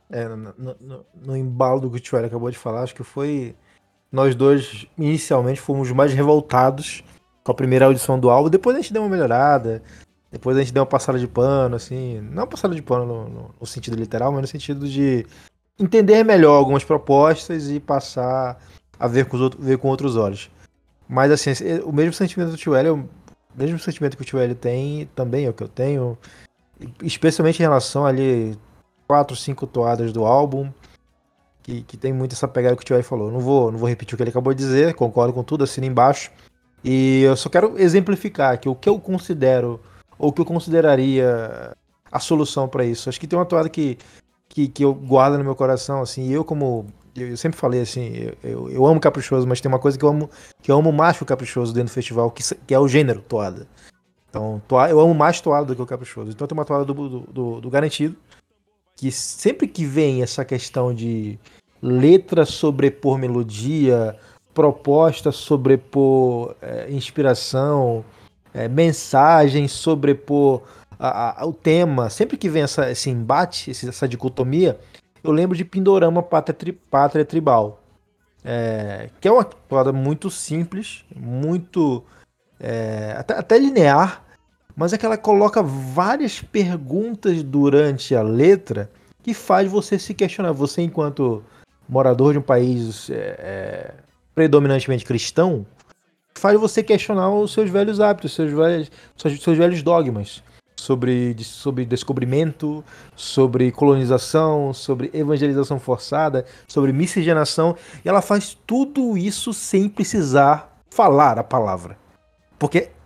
No embalo do que o Tio acabou de falar, acho que foi... Nós dois, inicialmente, fomos mais revoltados com a primeira audição do álbum. Depois a gente deu uma melhorada, depois a gente deu uma passada de pano, assim... Não passada de pano no sentido literal, mas no sentido de entender melhor algumas propostas e passar a ver com outros olhos. Mas, assim, o mesmo sentimento do Tio o mesmo sentimento que o Tio tem, também é o que eu tenho... Especialmente em relação ali 4, 5 toadas do álbum, que tem muito essa pegada que o Tio falou. Não vou repetir o que ele acabou de dizer, concordo com tudo, assino embaixo. E eu só quero exemplificar que o que eu considero, ou o que eu consideraria a solução para isso. Acho que tem uma toada que eu guardo no meu coração, assim, e eu sempre falei assim, eu amo Caprichoso, mas tem uma coisa que eu amo mais que o Caprichoso dentro do festival, que é o gênero toada. Então, eu amo mais toada do que o Caprichoso. Então tem uma toada do Garantido, que sempre que vem essa questão de letra sobrepor melodia, proposta sobrepor inspiração, mensagem sobrepor o tema, sempre que vem esse embate, essa dicotomia, eu lembro de Pindorama Pátria Tribal, que é uma toada muito simples, muito... até linear, mas é que ela coloca várias perguntas durante a letra que faz você se questionar. Você, enquanto morador de um país predominantemente cristão, faz você questionar os seus velhos hábitos, seus velhos dogmas sobre descobrimento, sobre colonização, sobre evangelização forçada, sobre miscigenação, e ela faz tudo isso sem precisar falar a palavra. Porque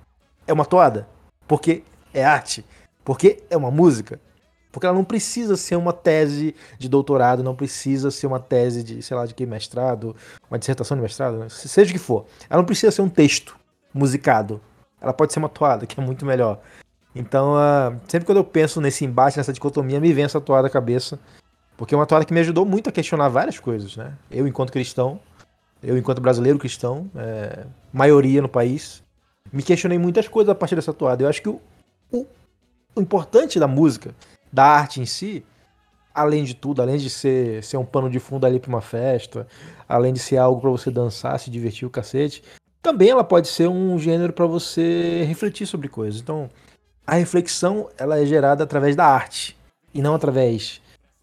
é uma toada, porque é arte, porque é uma música. Porque ela não precisa ser uma tese de doutorado, não precisa ser uma tese de, sei lá, de que mestrado, uma dissertação de mestrado, né? Seja o que for. Ela não precisa ser um texto musicado. Ela pode ser uma toada, que é muito melhor. Então, sempre quando eu penso nesse embate, nessa dicotomia, me vem essa toada à cabeça. Porque é uma toada que me ajudou muito a questionar várias coisas, né? Eu, enquanto cristão, eu, enquanto brasileiro cristão, maioria no país, me questionei muitas coisas a partir dessa toada. Eu acho que o importante da música, da arte em si, além de tudo, além de ser um pano de fundo ali pra uma festa, além de ser algo pra você dançar, se divertir o cacete, também ela pode ser um gênero pra você refletir sobre coisas. Então, a reflexão ela é gerada através da arte e não através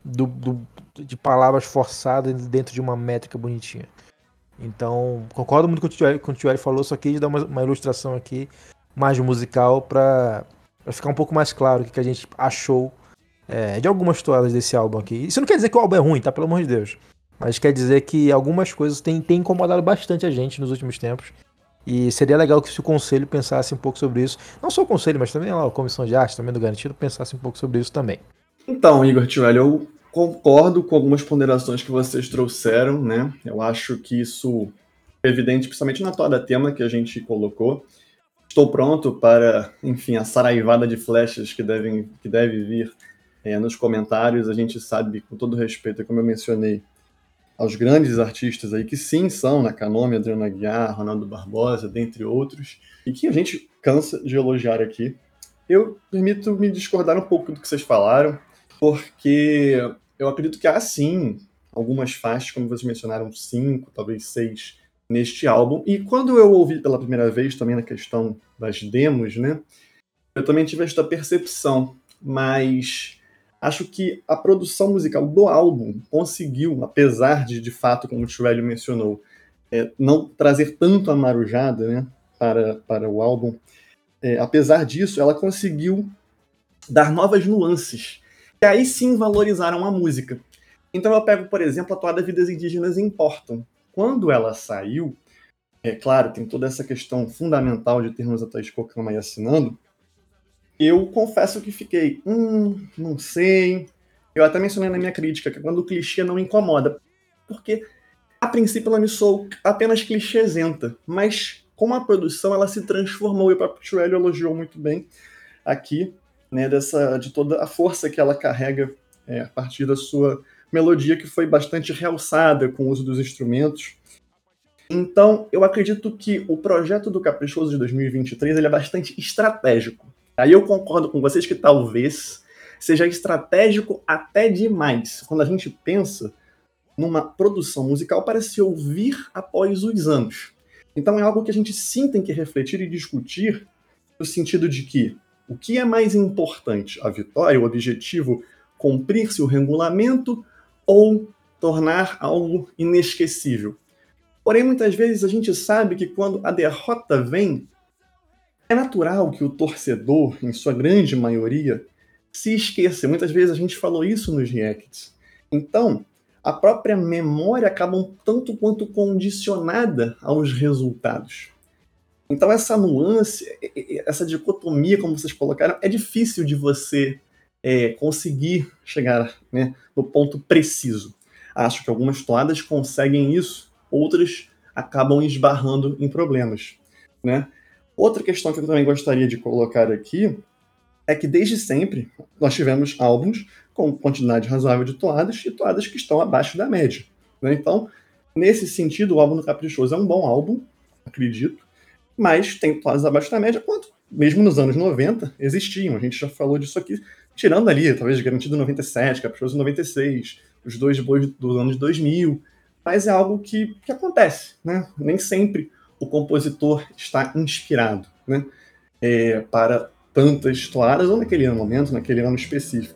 de palavras forçadas dentro de uma métrica bonitinha. Então, concordo muito com o Thierry falou, só quis dar uma ilustração aqui mais musical pra ficar um pouco mais claro o que a gente achou de algumas toadas desse álbum aqui. Isso não quer dizer que o álbum é ruim, tá? Pelo amor de Deus. Mas quer dizer que algumas coisas têm incomodado bastante a gente nos últimos tempos. E seria legal que se o Conselho pensasse um pouco sobre isso. Não só o Conselho, mas também a Comissão de Arte, também do Garantido, pensasse um pouco sobre isso também. Então, Igor Tirelli, eu concordo com algumas ponderações que vocês trouxeram, né? Eu acho que isso é evidente, principalmente na toada tema que a gente colocou. Estou pronto para, enfim, a saraivada de flechas que deve vir nos comentários. A gente sabe, com todo respeito, como eu mencionei, aos grandes artistas aí que sim são na Canômia, Adriano Aguiar, Ronaldo Barbosa, dentre outros, e que a gente cansa de elogiar aqui. Eu permito me discordar um pouco do que vocês falaram, porque eu acredito que há sim algumas faixas, como vocês mencionaram, 5, talvez 6, neste álbum. E quando eu ouvi pela primeira vez, também na questão das demos, né, eu também tive esta percepção, mas acho que a produção musical do álbum conseguiu, apesar de fato, como o Tirelli mencionou, não trazer tanto a marujada, né, para o álbum. Apesar disso, ela conseguiu dar novas nuances, que aí sim valorizaram a música. Então eu pego, por exemplo, a toada Vidas Indígenas Importam. Quando ela saiu, claro, tem toda essa questão fundamental de termos a Thaís Kocaman aí assinando, eu confesso que fiquei, não sei. Eu até mencionei na minha crítica que quando o clichê não me incomoda, porque a princípio ela me soou apenas clichêsenta, mas com a produção ela se transformou, e o próprio Tirelli elogiou muito bem aqui, né, de toda a força que ela carrega a partir da sua melodia, que foi bastante realçada com o uso dos instrumentos. Então, eu acredito que o projeto do Caprichoso de 2023 ele é bastante estratégico. Aí eu concordo com vocês que talvez seja estratégico até demais. Quando a gente pensa numa produção musical para se ouvir após os anos. Então é algo que a gente sim tem que refletir e discutir, no sentido de que o que é mais importante? A vitória, o objetivo, cumprir-se o regulamento ou tornar algo inesquecível? Porém, muitas vezes a gente sabe que quando a derrota vem, é natural que o torcedor, em sua grande maioria, se esqueça. Muitas vezes a gente falou isso nos reacts. Então, a própria memória acaba um tanto quanto condicionada aos resultados. Então, essa nuance, essa dicotomia, como vocês colocaram, é difícil de você conseguir chegar, né, no ponto preciso. Acho que algumas toadas conseguem isso, outras acabam esbarrando em problemas, né? Outra questão que eu também gostaria de colocar aqui é que desde sempre nós tivemos álbuns com quantidade razoável de toadas e toadas que estão abaixo da média, né? Então, nesse sentido, o álbum do Caprichoso é um bom álbum, acredito, mas tem toadas abaixo da média, quanto mesmo nos anos 90 existiam. A gente já falou disso aqui, tirando ali, talvez Garantido 97, Caprichoso 96, os dois depois dos anos 2000, mas é algo que acontece, né? Nem sempre o compositor está inspirado, né, para tantas toadas, ou naquele momento, naquele ano específico.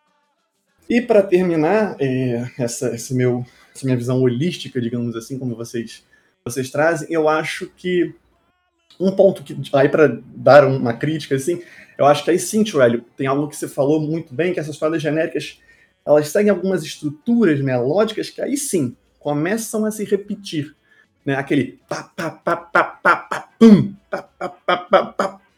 E para terminar, essa minha visão holística, digamos assim, como vocês trazem, eu acho que um ponto que, aí para dar uma crítica, assim, eu acho que aí sim, Tirelli, tem algo que você falou muito bem, que essas toadas genéricas, elas seguem algumas estruturas melódicas que aí sim, começam a se repetir. Né, aquele pá, pá, pá, pá, pá, pá, pum, pá, pá, pá, pá, pá, pum,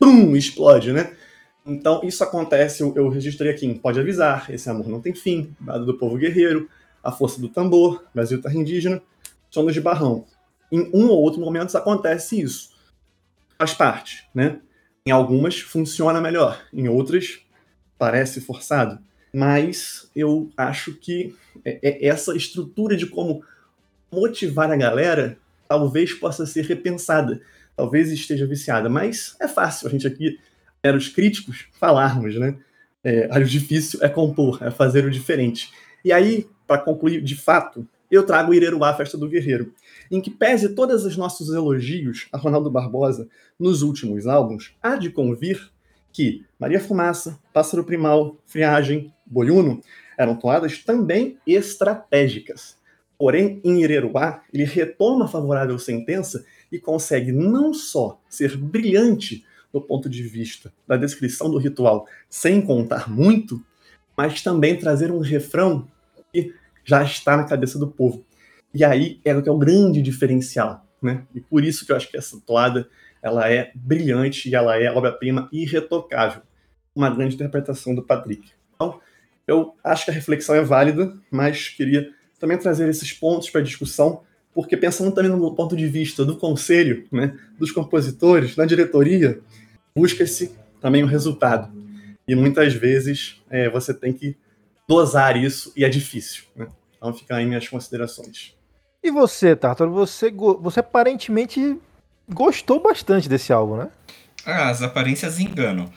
trum, explode, né? Então, isso acontece, eu registrei aqui em Pode Avisar, Esse Amor Não Tem Fim, Brado do Povo Guerreiro, A Força do Tambor, Brasil Terra Indígena, Sonos de Barrão. Em um ou outro momento acontece isso. Faz parte, né? Em algumas funciona melhor, em outras parece forçado. Mas eu acho que essa estrutura de como motivar a galera talvez possa ser repensada, talvez esteja viciada, mas é fácil a gente aqui, os críticos, falarmos, né? O difícil é compor, é fazer o diferente. E aí, para concluir, de fato, eu trago o Ireruá, Festa do Guerreiro, em que pese todos os nossos elogios a Ronaldo Barbosa nos últimos álbuns, há de convir que Maria Fumaça, Pássaro Primal, Friagem, Boiuno eram toadas também estratégicas. Porém, em Ireruá, ele retoma a favorável sentença e consegue não só ser brilhante do ponto de vista da descrição do ritual, sem contar muito, mas também trazer um refrão que já está na cabeça do povo. E aí é o que é o grande diferencial, né? E por isso que eu acho que essa toada ela é brilhante e ela é obra-prima irretocável. Uma grande interpretação do Patrick. Então, eu acho que a reflexão é válida, mas queria também trazer esses pontos para a discussão, porque pensando também no ponto de vista do conselho, né, dos compositores, da diretoria, busca-se também o resultado. E muitas vezes você tem que dosar isso e é difícil, né? Então fica aí minhas considerações. E você, Tártaro, você aparentemente gostou bastante desse álbum, né? As aparências enganam.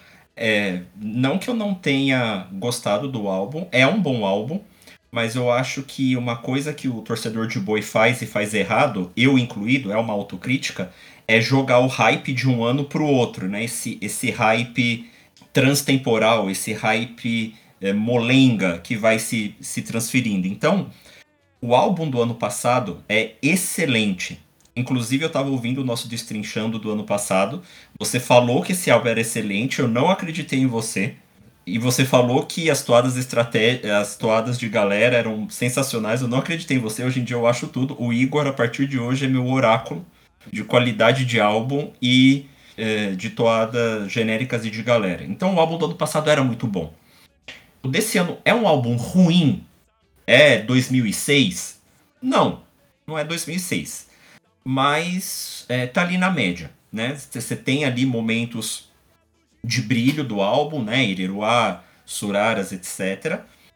Não que eu não tenha gostado do álbum, é um bom álbum, mas eu acho que uma coisa que o torcedor de boi faz e faz errado, eu incluído, é uma autocrítica, é jogar o hype de um ano pro outro, né? Esse hype transtemporal, esse hype molenga que vai se transferindo. Então, o álbum do ano passado é excelente. Inclusive, eu estava ouvindo o nosso Destrinchando do ano passado. Você falou que esse álbum era excelente, eu não acreditei em você. E você falou que as toadas de galera eram sensacionais, eu não acreditei em você. Hoje em dia eu acho tudo. O Igor, a partir de hoje, é meu oráculo de qualidade de álbum e de toadas genéricas e de galera. Então o álbum do ano passado era muito bom. O desse ano é um álbum ruim? É 2006? Não é 2006. Mas tá ali na média, né? Você tem ali momentos de brilho do álbum, né? Ireruá, Suraras, etc.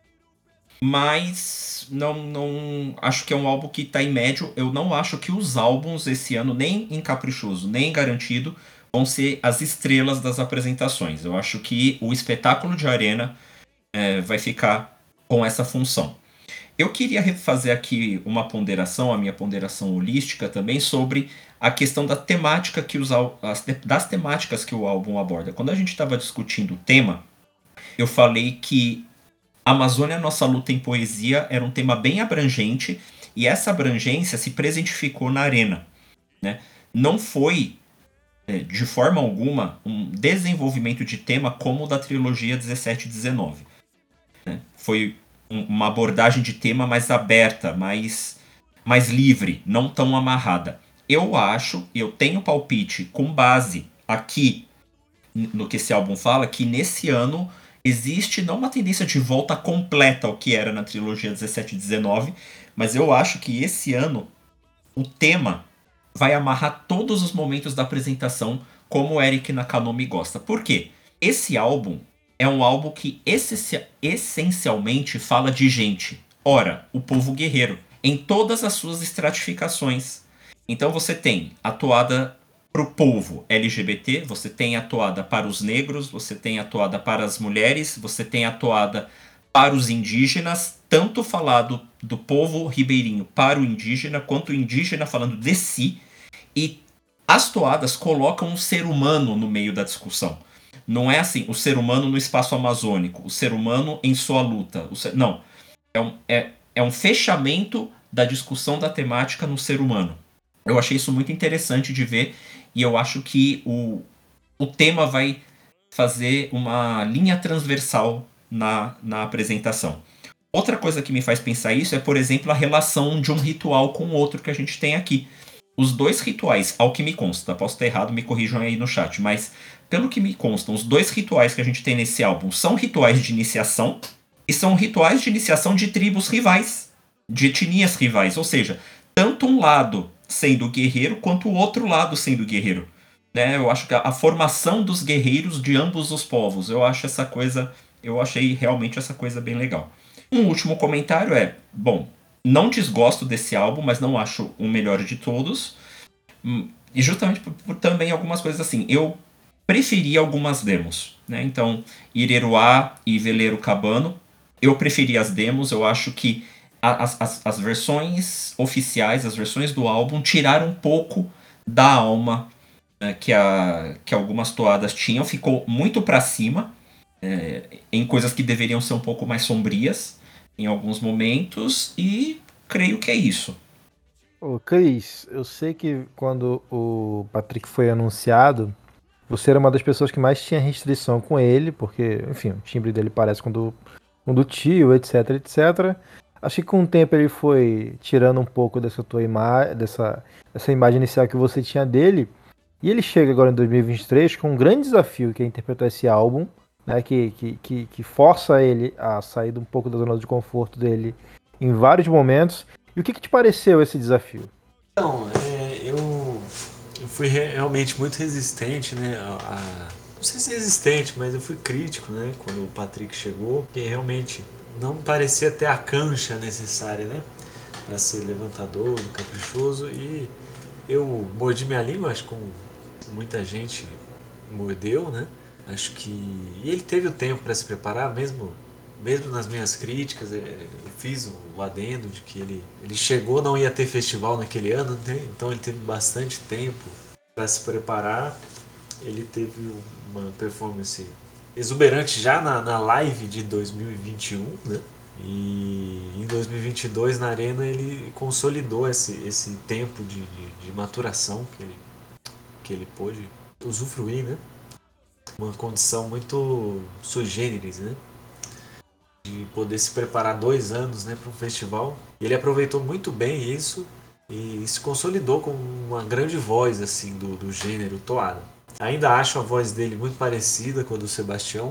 Mas não acho que é um álbum que tá em médio. Eu não acho que os álbuns esse ano, nem em Caprichoso, nem em Garantido, vão ser as estrelas das apresentações. Eu acho que o espetáculo de arena vai ficar com essa função. Eu queria fazer aqui uma ponderação, a minha ponderação holística também, sobre a questão da temática das temáticas que o álbum aborda. Quando a gente estava discutindo o tema, eu falei que Amazônia, Nossa Luta em Poesia era um tema bem abrangente e essa abrangência se presentificou na arena, né? Não foi, de forma alguma, um desenvolvimento de tema como o da trilogia 17 e 19. Né? Foi uma abordagem de tema mais aberta, mais livre, não tão amarrada. Eu tenho palpite com base aqui no que esse álbum fala, que nesse ano existe não uma tendência de volta completa ao que era na trilogia 17 e 19, mas eu acho que esse ano o tema vai amarrar todos os momentos da apresentação como o Eric Nakanomi gosta. Por quê? Esse álbum é um álbum que essencialmente fala de gente. Ora, o povo guerreiro, em todas as suas estratificações. Então você tem a toada para o povo LGBT, você tem a toada para os negros, você tem a toada para as mulheres, você tem a toada para os indígenas, tanto falado do povo ribeirinho para o indígena, quanto o indígena falando de si. E as toadas colocam um ser humano no meio da discussão. Não é assim, o ser humano no espaço amazônico, o ser humano em sua luta. Não. É um fechamento da discussão da temática no ser humano. Eu achei isso muito interessante de ver e eu acho que o tema vai fazer uma linha transversal na apresentação. Outra coisa que me faz pensar isso é, por exemplo, a relação de um ritual com o outro que a gente tem aqui. os dois rituais, ao que me consta, posso estar errado, me corrijam aí no chat, mas pelo que me constam, os dois rituais que a gente tem nesse álbum são rituais de iniciação e são rituais de iniciação de tribos rivais, de etnias rivais, ou seja, tanto um lado sendo guerreiro quanto o outro lado sendo guerreiro. Né? Eu acho que a formação dos guerreiros de ambos os povos, eu achei realmente essa coisa bem legal. Um último comentário bom, não desgosto desse álbum, mas não acho o melhor de todos. E justamente por também algumas coisas assim. Eu preferi algumas demos. Né? Então, Ireruá e Veleiro Cabano, eu preferi as demos. Eu acho que as versões oficiais, as versões do álbum, tiraram um pouco da alma que algumas toadas tinham. Ficou muito pra cima, em coisas que deveriam ser um pouco mais sombrias em alguns momentos, e creio que é isso. Ô, Cris, eu sei que quando o Patrick foi anunciado, você era uma das pessoas que mais tinha restrição com ele, porque, enfim, o timbre dele parece com o do tio, etc, etc. Acho que com o tempo ele foi tirando um pouco dessa tua dessa imagem inicial que você tinha dele, e ele chega agora em 2023 com um grande desafio, que é interpretar esse álbum, né, que força ele a sair um pouco da zona de conforto dele em vários momentos. E o que te pareceu esse desafio? Então, eu fui realmente muito resistente, né? Não sei se resistente, mas eu fui crítico, né? Quando o Patrick chegou, porque realmente não parecia ter a cancha necessária, né? Para ser levantador, caprichoso. E eu mordi minha língua, acho que como muita gente mordeu, né? Acho que... E ele teve o tempo para se preparar, mesmo nas minhas críticas. Eu fiz o adendo de que ele chegou, não ia ter festival naquele ano, né? Então ele teve bastante tempo para se preparar. Ele teve uma performance exuberante já na live de 2021, né? E em 2022 na Arena ele consolidou esse tempo de maturação que ele pôde usufruir, né? Uma condição muito sui generis, né? De poder se preparar 2 anos, né, para um festival. Ele aproveitou muito bem isso e se consolidou como uma grande voz assim do gênero toada. Ainda acho a voz dele muito parecida com a do Sebastião.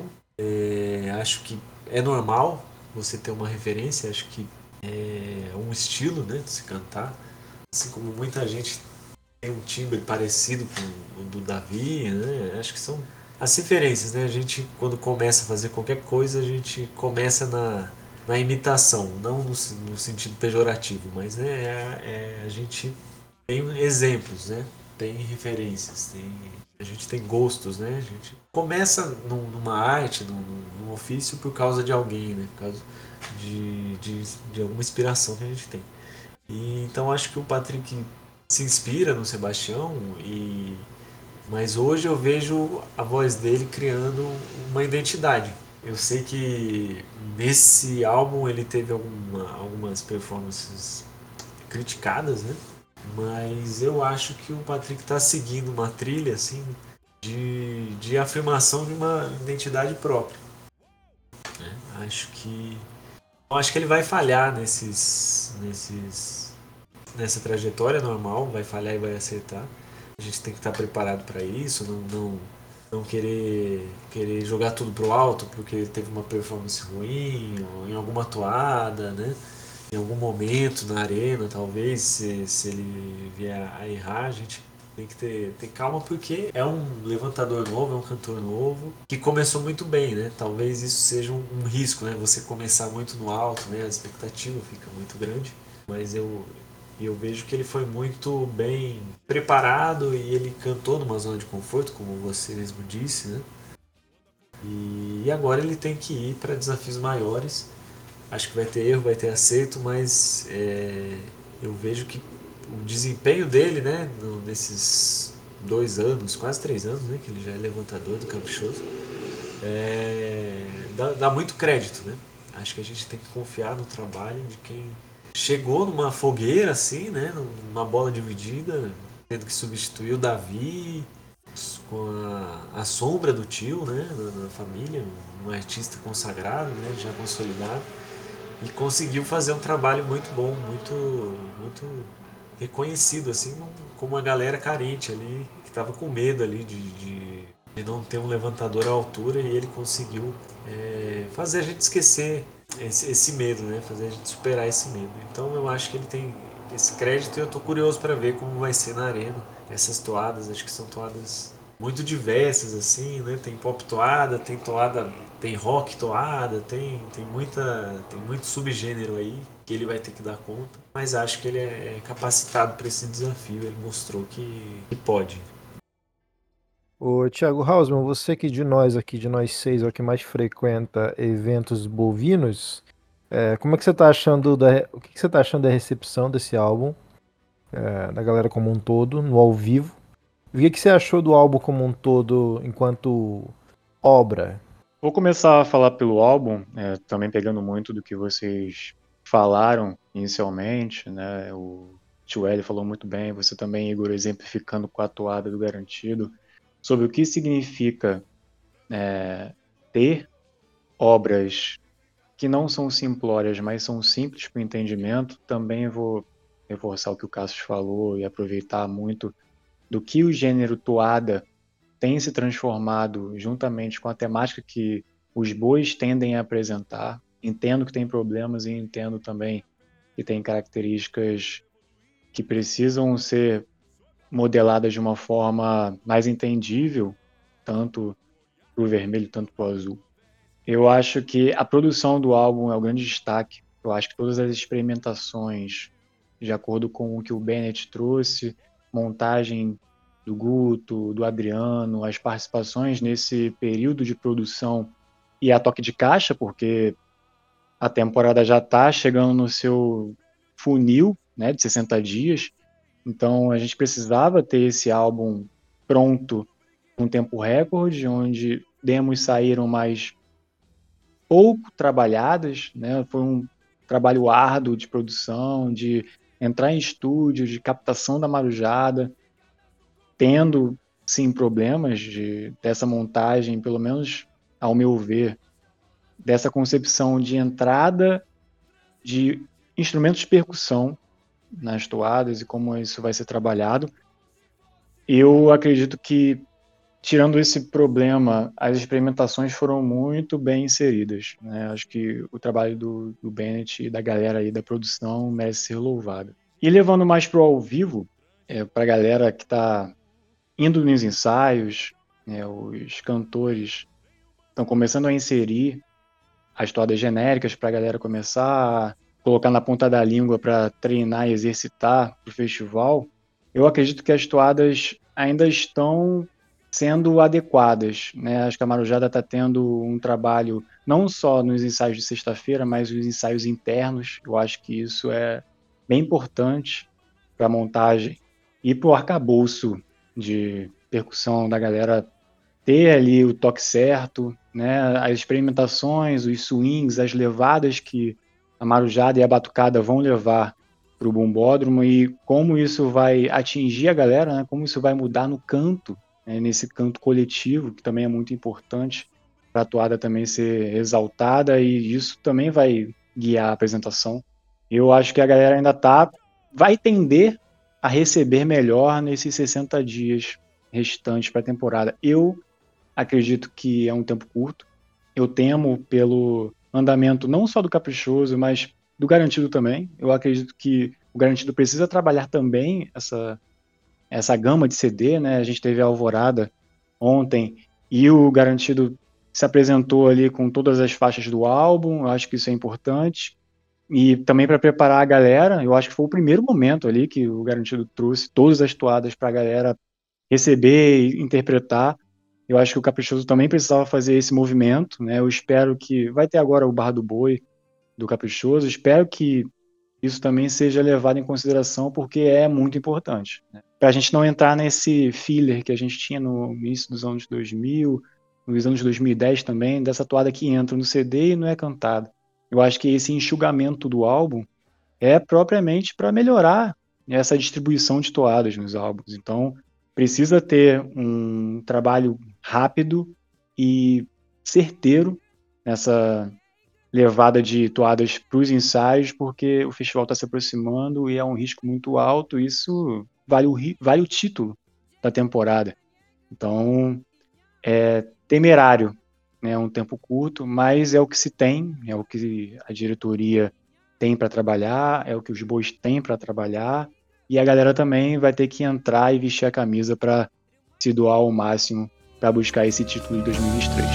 Acho que é normal você ter uma referência, acho que é um estilo, né, de se cantar. Assim como muita gente tem um timbre parecido com o do Davi, né? Acho que são as referências, né? A gente, quando começa a fazer qualquer coisa, a gente começa na imitação, não no sentido pejorativo, mas né, a gente tem exemplos, né? Tem referências, a gente tem gostos, né? A gente começa numa arte, num ofício por causa de alguém, né? Por causa de alguma inspiração que a gente tem. E, então acho que o Patrick se inspira no Sebastião, mas hoje eu vejo a voz dele criando uma identidade. Eu sei que nesse álbum ele teve algumas performances criticadas, né? Mas eu acho que o Patrick está seguindo uma trilha assim de afirmação de uma identidade própria, né? Acho que ele vai falhar nessa trajetória normal, vai falhar e vai acertar. A gente tem que estar preparado para isso, não querer jogar tudo pro alto porque ele teve uma performance ruim, ou em alguma toada, né? Em algum momento na arena, talvez, se ele vier a errar, a gente tem que ter calma, porque é um levantador novo, é um cantor novo, que começou muito bem, né? Talvez isso seja um risco, né? Você começar muito no alto, né? A expectativa fica muito grande, mas eu vejo que ele foi muito bem preparado e ele cantou numa zona de conforto, como você mesmo disse, né? E agora ele tem que ir para desafios maiores. Acho que vai ter erro, vai ter acerto, mas eu vejo que o desempenho dele, né, nesses 2 anos, quase 3 anos, né, que ele já é levantador do Caprichoso, dá muito crédito, né? Acho que a gente tem que confiar no trabalho de quem chegou numa fogueira, assim, né? Numa bola dividida, tendo que substituir o Davi com a sombra do tio, né? Na família, um artista consagrado, né? Já consolidado. E conseguiu fazer um trabalho muito bom, muito reconhecido assim como uma galera carente ali, que estava com medo ali de não ter um levantador à altura, e ele conseguiu fazer a gente esquecer esse medo, né? Fazer a gente superar esse medo. Então eu acho que ele tem esse crédito, e eu tô curioso para ver como vai ser na arena essas toadas. Acho que são toadas muito diversas assim, né? Tem pop toada, tem rock toada, tem muito subgênero aí que ele vai ter que dar conta, mas acho que ele é capacitado para esse desafio. Ele mostrou que pode. Ô, Thiago Hausmann, você que de nós aqui, de nós seis, é o que mais frequenta eventos bovinos, como é que você tá achando o que você tá achando da recepção desse álbum, da galera como um todo, no ao vivo? E o que você achou do álbum como um todo enquanto obra? Vou começar a falar pelo álbum, também pegando muito do que vocês falaram inicialmente, né? O Tio L falou muito bem, você também, Igor, exemplificando com a toada do Garantido, sobre o que significa ter obras que não são simplórias, mas são simples para o entendimento. Também vou reforçar o que o Cassius falou e aproveitar muito do que o gênero toada tem se transformado juntamente com a temática que os bois tendem a apresentar. Entendo que tem problemas e entendo também que tem características que precisam ser modeladas de uma forma mais entendível, tanto para o vermelho, tanto para o azul. Eu acho que a produção do álbum é o grande destaque. Eu acho que todas as experimentações, de acordo com o que o Bennett trouxe, montagem do Guto, do Adriano, as participações nesse período de produção e a toque de caixa, porque a temporada já está chegando no seu funil, né, de 60 dias. Então a gente precisava ter esse álbum pronto com tempo recorde, onde demos saíram mais pouco trabalhadas, né? Foi um trabalho árduo de produção, de entrar em estúdio, de captação da marujada, tendo sim problemas dessa montagem, pelo menos ao meu ver, dessa concepção de entrada de instrumentos de percussão nas toadas e como isso vai ser trabalhado. Eu acredito que, tirando esse problema, as experimentações foram muito bem inseridas, né? Acho que o trabalho do Bennett e da galera aí da produção merece ser louvado. E levando mais para o ao vivo, para a galera que está indo nos ensaios, né, os cantores estão começando a inserir as toadas genéricas para a galera começar a colocar na ponta da língua para treinar e exercitar para o festival. Eu acredito que as toadas ainda estão sendo adequadas, né? Acho que a Marujada está tendo um trabalho não só nos ensaios de sexta-feira, mas os ensaios internos. Eu acho que isso é bem importante para a montagem e para o arcabouço de percussão da galera ter ali o toque certo, né? As experimentações, os swings, as levadas que a marujada e a batucada vão levar para o bumbódromo e como isso vai atingir a galera, né? Como isso vai mudar no canto, né? Nesse canto coletivo, que também é muito importante para a toada também ser exaltada, e isso também vai guiar a apresentação. Eu acho que a galera ainda vai tender a receber melhor nesses 60 dias restantes para a temporada. Eu acredito que é um tempo curto. Eu temo pelo andamento não só do Caprichoso, mas do Garantido também. Eu acredito que o Garantido precisa trabalhar também essa gama de CD, né? A gente teve a Alvorada ontem e o Garantido se apresentou ali com todas as faixas do álbum. Eu acho que isso é importante. E também para preparar a galera, eu acho que foi o primeiro momento ali que o Garantido trouxe todas as toadas para a galera receber e interpretar. Eu acho que o Caprichoso também precisava fazer esse movimento, né? Eu espero que vai ter agora o Barra do Boi do Caprichoso. Espero que isso também seja levado em consideração, porque é muito importante, né? Para a gente não entrar nesse filler que a gente tinha no início dos anos 2000, nos anos 2010 também, dessa toada que entra no CD e não é cantada. Eu acho que esse enxugamento do álbum é propriamente para melhorar essa distribuição de toadas nos álbuns. Então, precisa ter um trabalho rápido e certeiro nessa levada de toadas para os ensaios, porque o festival está se aproximando e é um risco muito alto, isso vale o título da temporada. Então, é temerário, né? É um tempo curto, mas é o que se tem, é o que a diretoria tem para trabalhar, é o que os bois têm para trabalhar, e a galera também vai ter que entrar e vestir a camisa para se doar ao máximo para buscar esse título de 2023.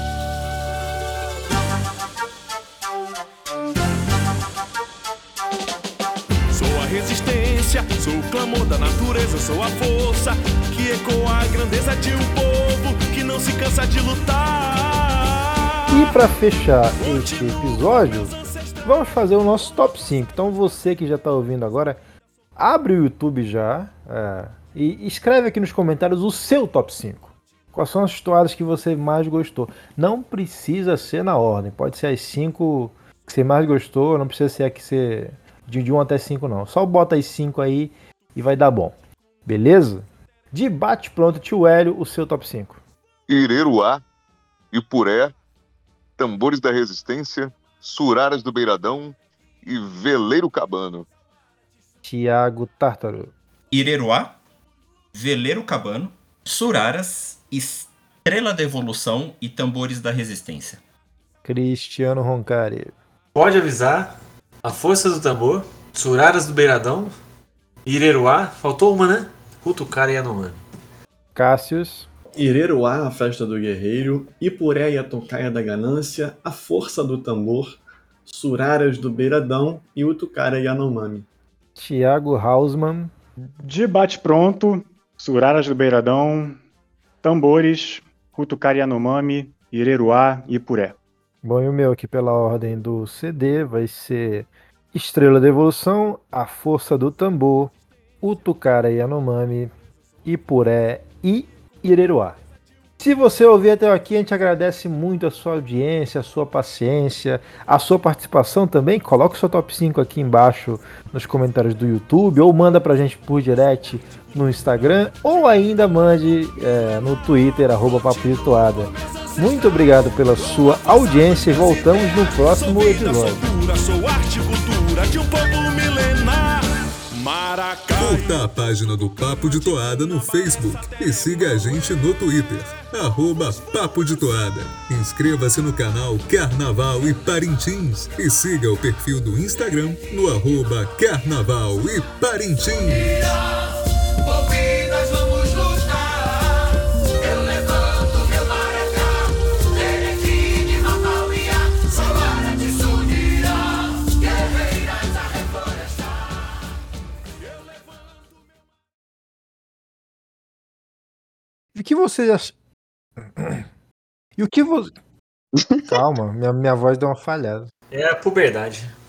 Sou a resistência, sou o clamor da natureza, sou a força que ecoa a grandeza de um povo que não se cansa de lutar. E para fechar este episódio, vamos fazer o nosso top 5. Então você que já está ouvindo agora, abre o YouTube já e escreve aqui nos comentários o seu top 5. Quais são as toadas que você mais gostou? Não precisa ser na ordem, pode ser as 5 que você mais gostou, não precisa ser a que você... de 1 até 5 não. Só bota as 5 aí e vai dar bom. Beleza? De bate pronto, tio Hélio, o seu top 5. Ireruá, Ipuré, Tambores da Resistência, Suraras do Beiradão e Veleiro Cabano. Tiago Tártaro. Ireruá, Veleiro Cabano, Suraras, Estrela da Evolução e Tambores da Resistência. Cristiano Roncari. Pode avisar, A Força do Tambor, Suraras do Beiradão, Ireruá, faltou uma, né? Utucara e Yanomami. Cassius. Ireruá, a Festa do Guerreiro, Ipuré e a Tocaia da Ganância, A Força do Tambor, Suraras do Beiradão e Utucara e Yanomami. Tiago Hausmann. De bate-pronto, Suraras do Beiradão, Tambores, Utucara Yanomami, Ireruá e Ipuré. Bom, e o meu aqui pela ordem do CD vai ser Estrela da Evolução, A Força do Tambor, Utucara Yanomami, Ipuré e Ireruá. Se você ouvir até aqui, a gente agradece muito a sua audiência, a sua paciência, a sua participação também. Coloque o seu top 5 aqui embaixo nos comentários do YouTube, ou manda pra gente por direct no Instagram, ou ainda mande no Twitter, @Papo de Toada. Muito obrigado pela sua audiência e voltamos no próximo episódio. Sou arte e cultura de um povo milenar. Maracá. Curta a página do Papo de Toada no Facebook e siga a gente no Twitter, @Papo de Toada. Inscreva-se no canal Carnaval e Parintins e siga o perfil do Instagram no @Carnaval e Parintins. E o que você acha? E o que você... Calma, minha voz deu uma falhada. É a puberdade.